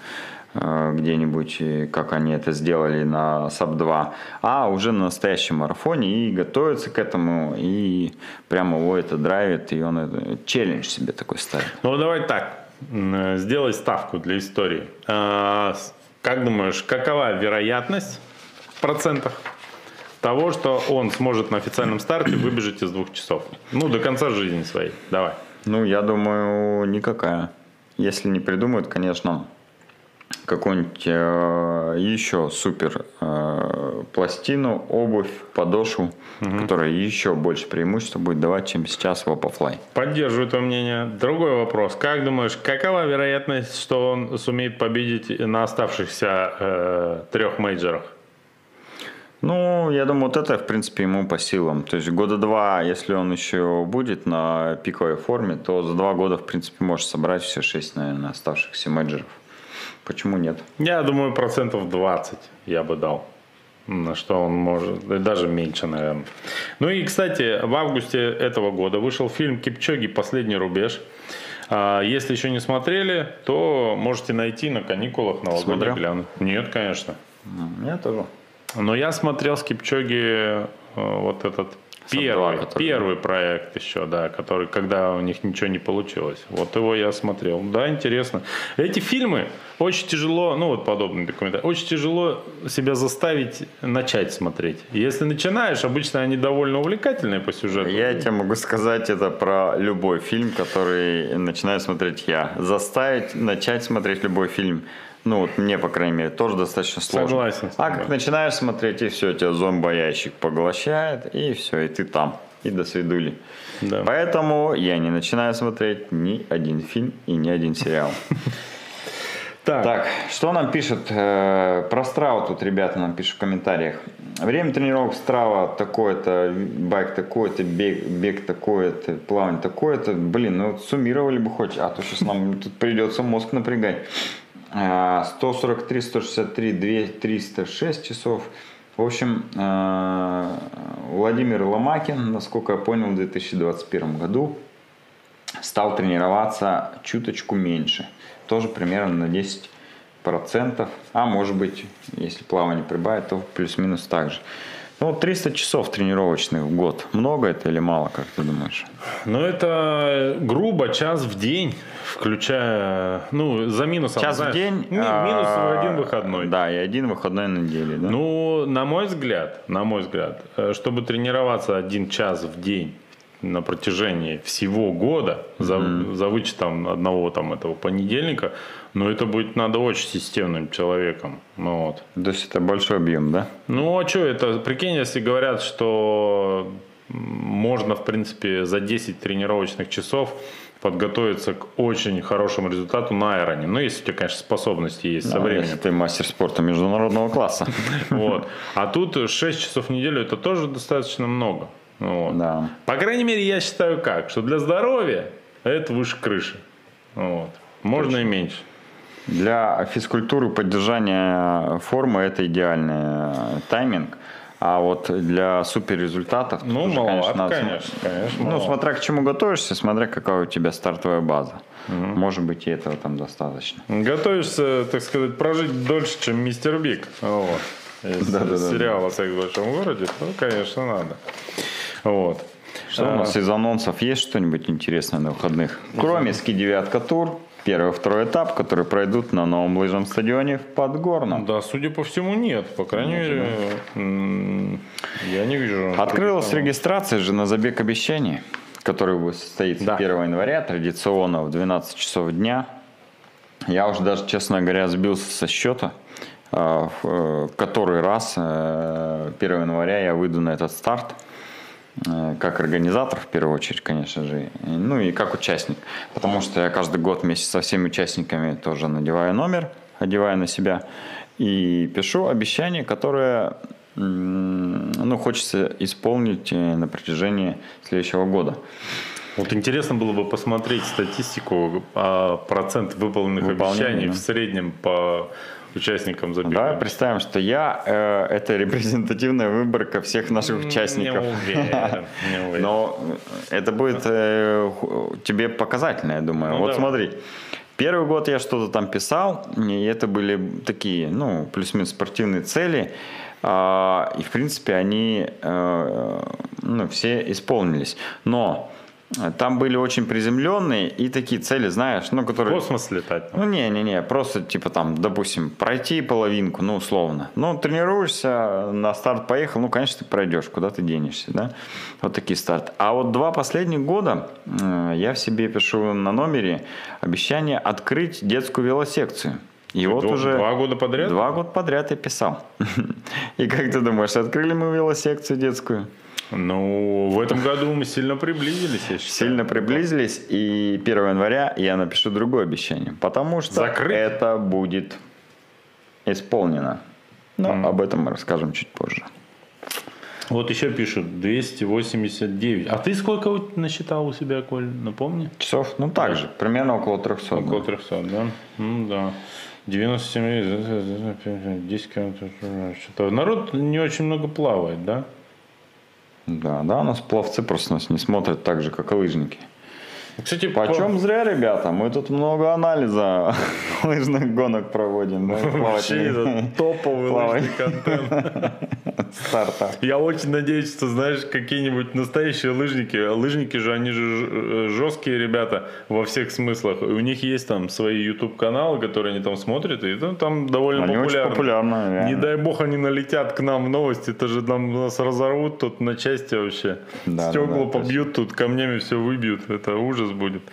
где-нибудь, как они это сделали на САП два, а уже на настоящем марафоне, и готовится к этому, и прямо его это драйвит, и он это, челлендж себе такой ставит. Ну давай так, сделай ставку для истории. Как думаешь, какова вероятность в процентах того, что он сможет на официальном старте выбежать из двух часов? Ну, до конца жизни своей. Давай. Ну, я думаю, никакая. Если не придумают, конечно, какую-нибудь э, еще супер э, пластину, обувь, подошву, угу. которая еще больше преимущества будет давать, чем сейчас в Vaporfly. Поддерживаю твое мнение. Другой вопрос. Как думаешь, какова вероятность, что он сумеет победить на оставшихся э, трех мейджорах? Ну, я думаю, вот это, в принципе, ему по силам. То есть года два, если он еще будет на пиковой форме, то за два года, в принципе, может собрать все шесть, наверное, оставшихся мейджоров. Почему нет? Я думаю, процентов двадцать я бы дал. На что он может, даже меньше, наверное. Ну и, кстати, в августе этого года вышел фильм «Кипчоги. Последний рубеж». Если еще не смотрели, то можете найти на каникулах, новогодних глянуть. Нет, конечно. Я тоже. Но я смотрел с Кипчоги вот этот первый, два, первый проект еще, да, который, когда у них ничего не получилось. Вот его я смотрел. Да, интересно. Эти фильмы очень тяжело, ну вот подобные документы, очень тяжело себя заставить начать смотреть. Если начинаешь, обычно они довольно увлекательные по сюжету. Я тебе могу сказать это про любой фильм, который начинаю смотреть я. Заставить начать смотреть любой фильм, ну вот мне, по крайней мере, тоже достаточно сложно. Согласен. А как начинаешь смотреть, и все, тебя зомбоящик поглощает, и все, и ты там, и до свидули. Да. Поэтому я не начинаю смотреть ни один фильм и ни один сериал. Так. так, что нам пишут э, про Страву тут ребята нам пишут в комментариях. Время тренировок Страва такое-то, байк такой-то, бег, бег такое-то, плавание такое-то. Блин, ну суммировали бы хоть, а то сейчас нам тут придется мозг напрягать. сто сорок три, сто шестьдесят три, триста шесть часов. В общем, э, Владимир Ломакин, насколько я понял, в две тысячи двадцать первом году стал тренироваться чуточку меньше. Тоже примерно на десять процентов. А может быть, если плавание прибавит, то плюс-минус так же. Ну, триста часов тренировочных в год. Много это или мало, как ты думаешь? Ну, это грубо час в день, включая, ну, за минусом. Час знаешь, в день? Минус а, один выходной. Да, и один выходной на неделе, да? Ну, на мой взгляд, на мой взгляд, чтобы тренироваться один час в день на протяжении всего года, за, mm-hmm. за вычетом одного там этого понедельника, ну, это будет надо очень системным человеком. Ну, вот. То есть это большой объем, да? Ну, а что это? Прикинь, если говорят, что можно, в принципе, за десять тренировочных часов подготовиться к очень хорошему результату на айроне. Ну, если у тебя, конечно, способности есть да, со временем. Если ты мастер спорта международного класса. Вот. А тут шесть часов в неделю, это тоже достаточно много. Вот. Да. По крайней мере, я считаю как, что для здоровья это выше крыши. Вот. Можно Точно. И меньше. Для физкультуры поддержания формы это идеальный тайминг. А вот для суперрезультатов... Ну, тоже, маловато, конечно, надо, конечно, конечно. Ну, маловато. Смотря к чему готовишься, смотря какая у тебя стартовая база. Угу. Может быть, и этого там достаточно. Готовишься, так сказать, прожить дольше, чем мистер Биг. Вот. Из да, да, сериала «Секс в большом городе», то, конечно, надо. Вот. Что а, у нас из анонсов? Есть что-нибудь интересное на выходных? Кроме ски-девятка тур, первый, второй этап, которые пройдут на новом лыжном стадионе в Подгорном. Да, судя по всему, нет. По крайней мере, я не вижу. Открылась регистрация же на забег обещаний, который будет состоиться да. первого января, традиционно в двенадцать часов дня. Я уже даже, честно говоря, сбился со счета. В который раз первого января я выйду на этот старт. Как организатор, в первую очередь, конечно же, ну и как участник. Потому что я каждый год вместе со всеми участниками тоже надеваю номер, одеваю на себя и пишу обещания, которые ну, хочется исполнить на протяжении следующего года. Вот интересно было бы посмотреть статистику, а процент выполненных обещаний да. в среднем по участникам забега. Давай представим, что я э, это репрезентативная выборка всех наших участников. Не уверен, не уверен. Но это будет э, тебе показательно, я думаю. Ну, вот да. смотри. Первый год я что-то там писал, и это были такие, ну, плюс-минус спортивные цели. Э, и, в принципе, они э, ну, все исполнились. Но там были очень приземленные и такие цели, знаешь, ну, которые... В космос летать? Ну, не-не-не, просто, типа, там, допустим, пройти половинку, ну, условно. Ну, тренируешься, на старт поехал, ну, конечно, ты пройдешь, куда ты денешься, да? Вот такие старты. А вот два последних года э, я в себе пишу на номере обещание открыть детскую велосекцию. И вот два, уже... Два года подряд? Два года подряд я писал. И как ты думаешь, открыли мы велосекцию детскую? Ну, в этом году мы сильно приблизились, я считаю. Сильно приблизились, и первого января я напишу другое обещание, потому что Закрыть? это будет исполнено. Но mm. об этом мы расскажем чуть позже. Вот еще пишут двести восемьдесят девять. А ты сколько насчитал у себя, Коль, напомни? Часов? Ну, так да. же, примерно около трехсот. Около да. трехсот, да? Ну, да. девяносто семь, десять километров. Что-то. Народ не очень много плавает, да? Да, да, у нас пловцы просто нас не смотрят так же, как и лыжники. Кстати, почем по... зря, ребята, мы тут много анализа лыжных гонок проводим. Да? Вообще это топовый лыжный контент. Старта. Я очень надеюсь, что, знаешь, какие-нибудь настоящие лыжники, лыжники же, они же жесткие ребята во всех смыслах. И у них есть там свои YouTube-каналы, которые они там смотрят, и ну, там довольно они популярны. Очень популярны, не дай бог они налетят к нам в новости, это же нам, нас разорвут тут на части вообще. Да, стекла да, да, побьют тут, камнями все выбьют. Это ужас будет.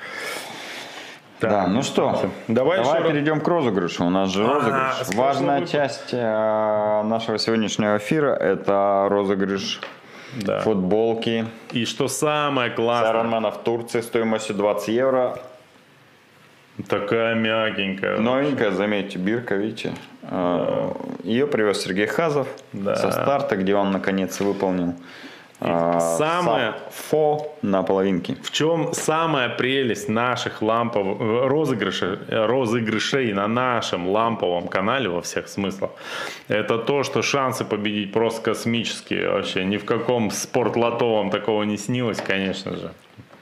Так, да, ну что, давай, давай перейдем раз... к розыгрышу. У нас же а, розыгрыш. Важная выпуск. часть э, нашего сегодняшнего эфира – это розыгрыш да. футболки. И что самое классное. Ironman в Турции стоимостью двадцать евро. Такая мягенькая. Новенькая, заметьте, бирка, видите. Да. Ее привез Сергей Хазов да. со старта, где он наконец выполнил. Самое фо на половинке. В чем самая прелесть наших ламповых розыгрышей, розыгрышей на нашем ламповом канале во всех смыслах, это то, что шансы победить просто космические. Вообще ни в каком спортлотовом такого не снилось, конечно же.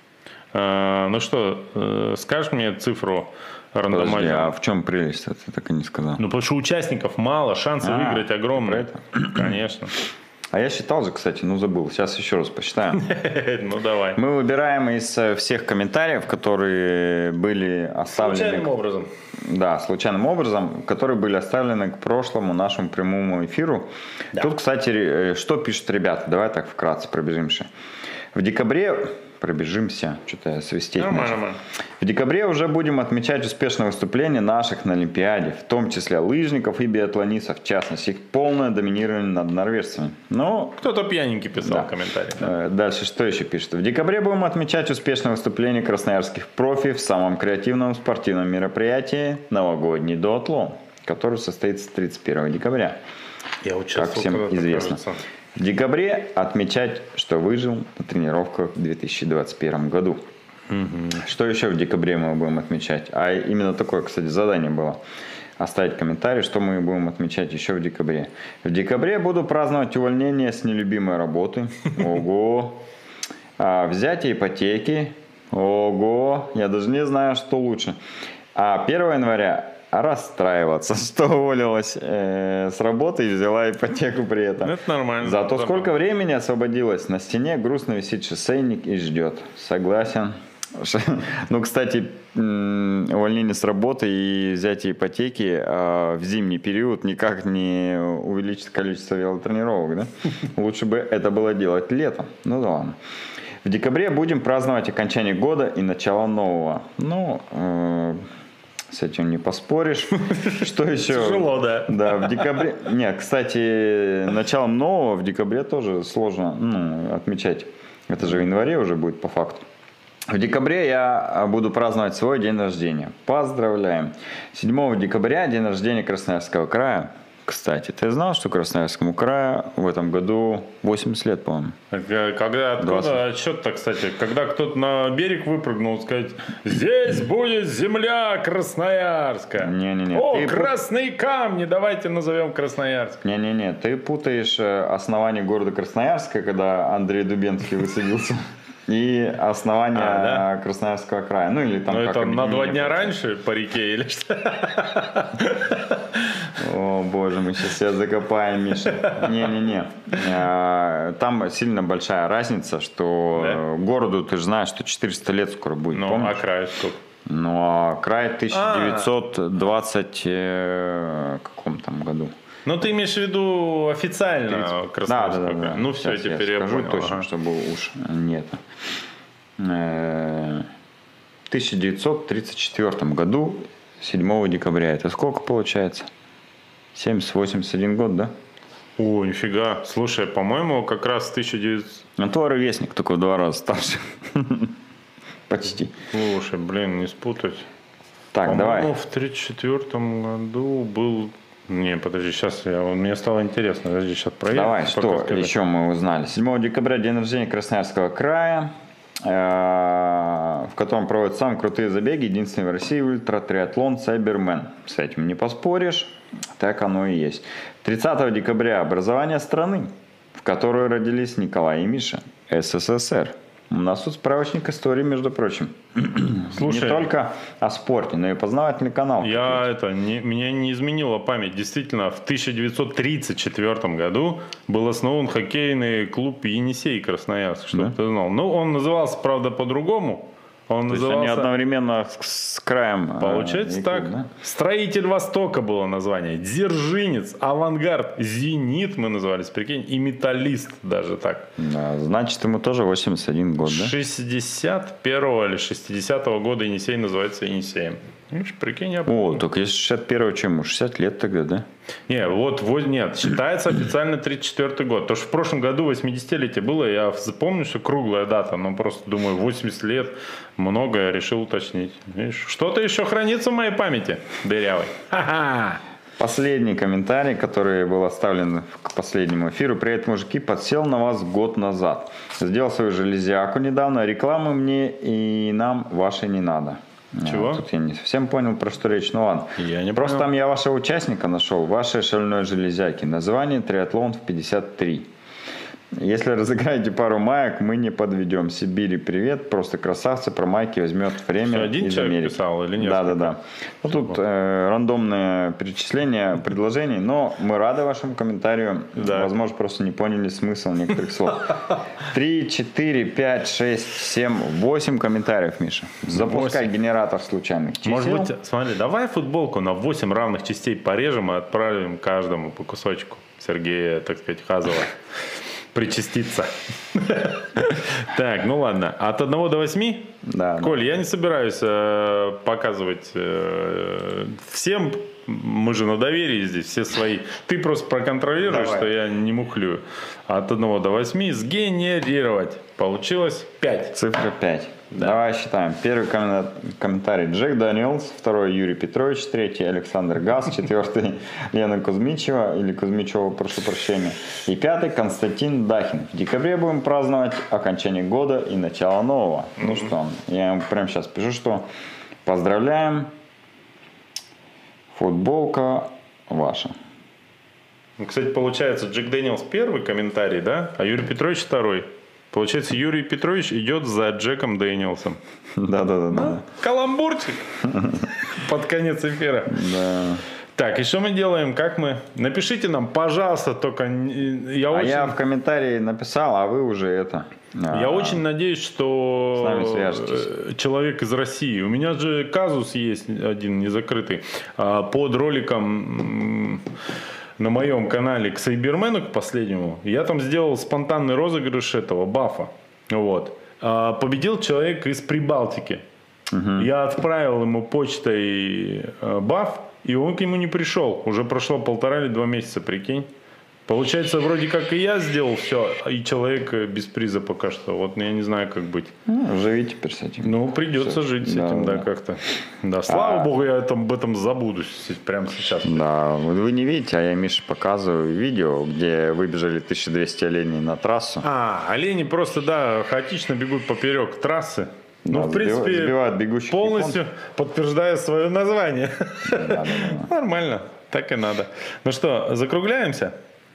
А, ну что, скажешь мне цифру рандомайзера? А в чем прелесть? Ты так и не сказал. Ну потому что участников мало, шансы а, выиграть огромные. Конечно. А я считал же, кстати, ну забыл. Сейчас еще раз посчитаем. Ну давай. Мы выбираем из всех комментариев, которые были оставлены... Случайным образом. Да, случайным образом, которые были оставлены к прошлому нашему прямому эфиру. Да. Тут, кстати, что пишут ребята? Давай так вкратце пробежимся. В декабре... Пробежимся, что-то я свистеть начал. В декабре уже будем отмечать успешное выступление наших на Олимпиаде, в том числе лыжников и биатлонистов, в частности, их полное доминирование над норвежцами. Но... Кто-то пьяненький писал да. комментарий. Да. Дальше что еще пишет? В декабре будем отмечать успешное выступление красноярских профи в самом креативном спортивном мероприятии «Новогодний дуатлон», который состоится тридцать первого декабря. Я участвовал, как всем известно. В декабре отмечать, что выжил на тренировках в две тысячи двадцать первом году. Угу. Что еще в декабре мы будем отмечать? А именно такое, кстати, задание было. Оставить комментарий, что мы будем отмечать еще в декабре. В декабре буду праздновать увольнение с нелюбимой работы. Ого! Взятие ипотеки. Ого! Я даже не знаю, что лучше. А первого января расстраиваться, что уволилась э, с работы и взяла ипотеку при этом. Это нормально. Зато нормально. Сколько времени освободилось. На стене грустно висит шоссейник и ждет. Согласен. Ну, кстати, увольнение с работы и взятие ипотеки в зимний период никак не увеличит количество велотренировок, да? Лучше бы это было делать летом. Ну да ладно. В декабре будем праздновать окончание года и начало нового. Ну, э, с этим не поспоришь. Что еще? Тяжело, да. Да, в декабре. Нет, кстати, началом нового в декабре тоже сложно ну, отмечать. Это же в январе уже будет по факту. В декабре я буду праздновать свой день рождения. Поздравляем. седьмого декабря день рождения Красноярского края. Кстати, ты знал, что Красноярскому краю в этом году восемьдесят лет, по-моему? Когда, откуда отсчет-то, кстати? Когда кто-то на берег выпрыгнул, сказать, здесь будет земля Красноярска. Не-не-не. О, ты красные пут... камни, давайте назовем Красноярск. Не-не-не, ты путаешь основание города Красноярска, когда Андрей Дубенский высадился. И основание а, да? Красноярского края. Ну, или там ну, это на два дня раньше по реке или что? О, боже, мы сейчас себя закопаем, Миша. Не-не-не. Там сильно большая разница, что да? городу, ты же знаешь, что четыреста лет скоро будет. Ну, помнишь? А край сколько? Ну, а край в тысяча девятьсот двадцать каком там году. Ну, ты имеешь в виду официально Красноярского края? Да, да, да. Ну, все, сейчас теперь я, я скажу понял. точно, ага. чтобы уж нет. В тысяча девятьсот тридцать четвёртом году, седьмого декабря, это сколько получается? семьдесят-восемьдесят один год, да? О, нифига. Слушай, по-моему, как раз тысяча девятьсот... Ну, твой ровесник, только в два раза старше. Почти. Слушай, блин, не спутать. Так, давай. По-моему, в тридцать четвёртом году был... Не, подожди, сейчас я, мне стало интересно. Подожди, сейчас проверим. Давай, что сказать. Еще мы узнали. седьмого декабря день рождения Красноярского края, в котором проводят самые крутые забеги. Единственный в России ультратриатлон Сайбермен. С этим не поспоришь. Так оно и есть. тридцатого декабря образование страны, в которой родились Николай и Миша. СССР. У нас тут справочник истории, между прочим. Слушай, не только о спорте, но и познавательный канал. Я это, не, меня не изменила память. Действительно, в тысяча девятьсот тридцать четвёртом году был основан хоккейный клуб «Енисей» Красноярск, чтобы да? ты знал. Ну, он назывался, правда, по-другому. Он То назывался... есть они одновременно с, с краем. Получается а, так. Клуб, да? «Строитель Востока» было название. «Дзержинец», «Авангард», «Зенит» мы назывались, прикинь, и «Металлист» даже так. Да, значит, ему тоже восемьдесят один год, да? шестьдесят первого или шестидесятого года Енисей называется Енисеем. Видишь, прикинь, я О, только если шестьдесят первого, чему? шестьдесят лет тогда, да? Не, вот, вот нет, считается официально тридцать четвёртый год. Потому что в прошлом году восьмидесятилетие было, я запомню, что круглая дата, но просто думаю, восемьдесят лет, много, я решил уточнить. Видишь, что-то еще хранится в моей памяти, дырявой. Ха-ха! Последний комментарий, который был оставлен к последнему эфиру. Привет, мужики, подсел на вас год назад. Сделал свою железяку недавно. Рекламы мне и нам вашей не надо. Чего? А, тут я не совсем понял, про что речь. Ну ладно. Я не Просто понял. там я вашего участника нашел. Вашей шальной железяки. Название триатлон в пятьдесят три. Если разыграете пару маек, мы не подведем. Сибири привет, просто красавцы, про майки возьмет время. Все, один из человек Америки. писал или нет? Да, да, да. Ну, тут э, рандомное перечисление предложений, но мы рады вашему комментарию. Да. Возможно, просто не поняли смысл некоторых слов. Три, четыре, пять, шесть, семь, восемь комментариев, Миша. Запускай восемь. Генератор случайных чисел. Может быть, смотри, давай футболку на восемь равных частей порежем и отправим каждому по кусочку Сергея, так сказать, Хазова. Причаститься. Так, ну ладно. От одного до восьми? Да. Коль, я не собираюсь э, показывать э, всем. Мы же на доверии здесь, все свои. Ты просто проконтролируешь, Давай. что я не мухлюю. От одного до восьми сгенерировать. Получилось пять. Цифра пять. Да. Давай считаем. Первый коммента- комментарий Джек Даниэлс, второй Юрий Петрович, третий Александр Газ, четвертый Лена Кузьмичева, или Кузьмичева, прошу прощения, и пятый Константин Дахин. В декабре будем праздновать окончание года и начало нового. Mm-hmm. Ну что, я вам прямо сейчас пишу, что поздравляем, футболка ваша. Кстати, получается, Джек Дэниелс первый комментарий, да? А Юрий Петрович второй. Получается, Юрий Петрович идет за Джеком Дэниелсом. Да-да-да. Каламбурчик под конец эфира. Да. Так, и что мы делаем? Как мы? Напишите нам, пожалуйста, только не- я А очень, я в комментарии написал, а вы уже это... я а, очень надеюсь, что С нами свяжетесь. э, человек из России. У меня же казус есть один незакрытый а, под роликом м, на моем канале к Сайбермену, к последнему. Я там сделал спонтанный розыгрыш этого бафа. Вот. А, победил человек из Прибалтики. Угу. Я отправил ему почтой э, баф, и он к нему не пришел. Уже прошло полтора или два месяца, прикинь. Получается, вроде как и я сделал все, и человек без приза пока что. Вот я не знаю, как быть. Ну, живи теперь с этим. Ну, придется Всё. жить с Да, этим, да, да. как-то. Да, слава А. богу, я этом, об этом забуду с- прямо сейчас. Да, вот вы не видите, а я Мише показываю видео, где выбежали тысяча двести оленей на трассу. А, олени просто, да, хаотично бегут поперек трассы. Ну, Да, в принципе, сбива- сбивают бегущих полностью подтверждая свое название. Да, да, да. Нормально, так и надо. Ну что, закругляемся?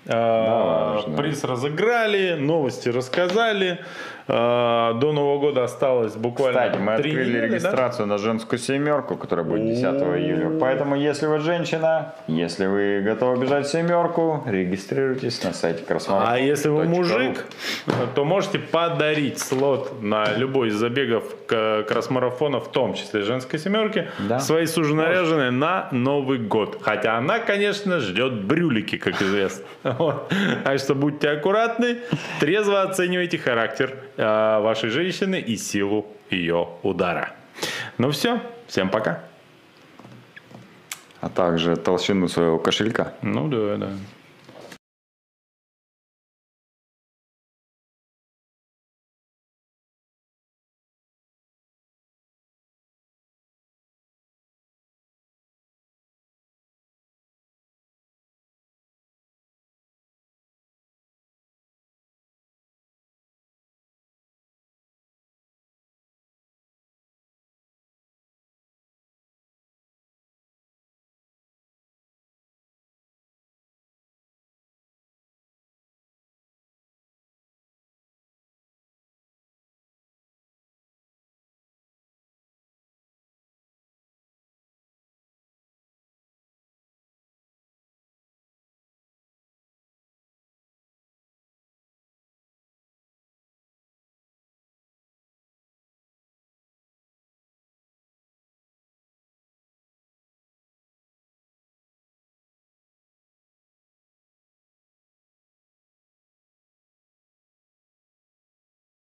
А, Давай, Приз разыграли, новости рассказали. А, До Нового года осталось буквально Кстати, мы три открыли недели, да? регистрацию на женскую семерку, которая будет десятого июля. Поэтому, если вы женщина, если вы готовы бежать в семерку, регистрируйтесь на сайте красмарафон. А если вы мужик, то можете подарить слот на любой из забегов к кросс-марафона, в том числе женской семерки, Да. своей суженой наряженной на Новый год. Хотя она, конечно, ждет брюлики, как известно. Вот. Так что будьте аккуратны, трезво оценивайте характер э, вашей женщины и силу ее удара. Ну все, всем пока. А также толщину своего кошелька. Ну да, да.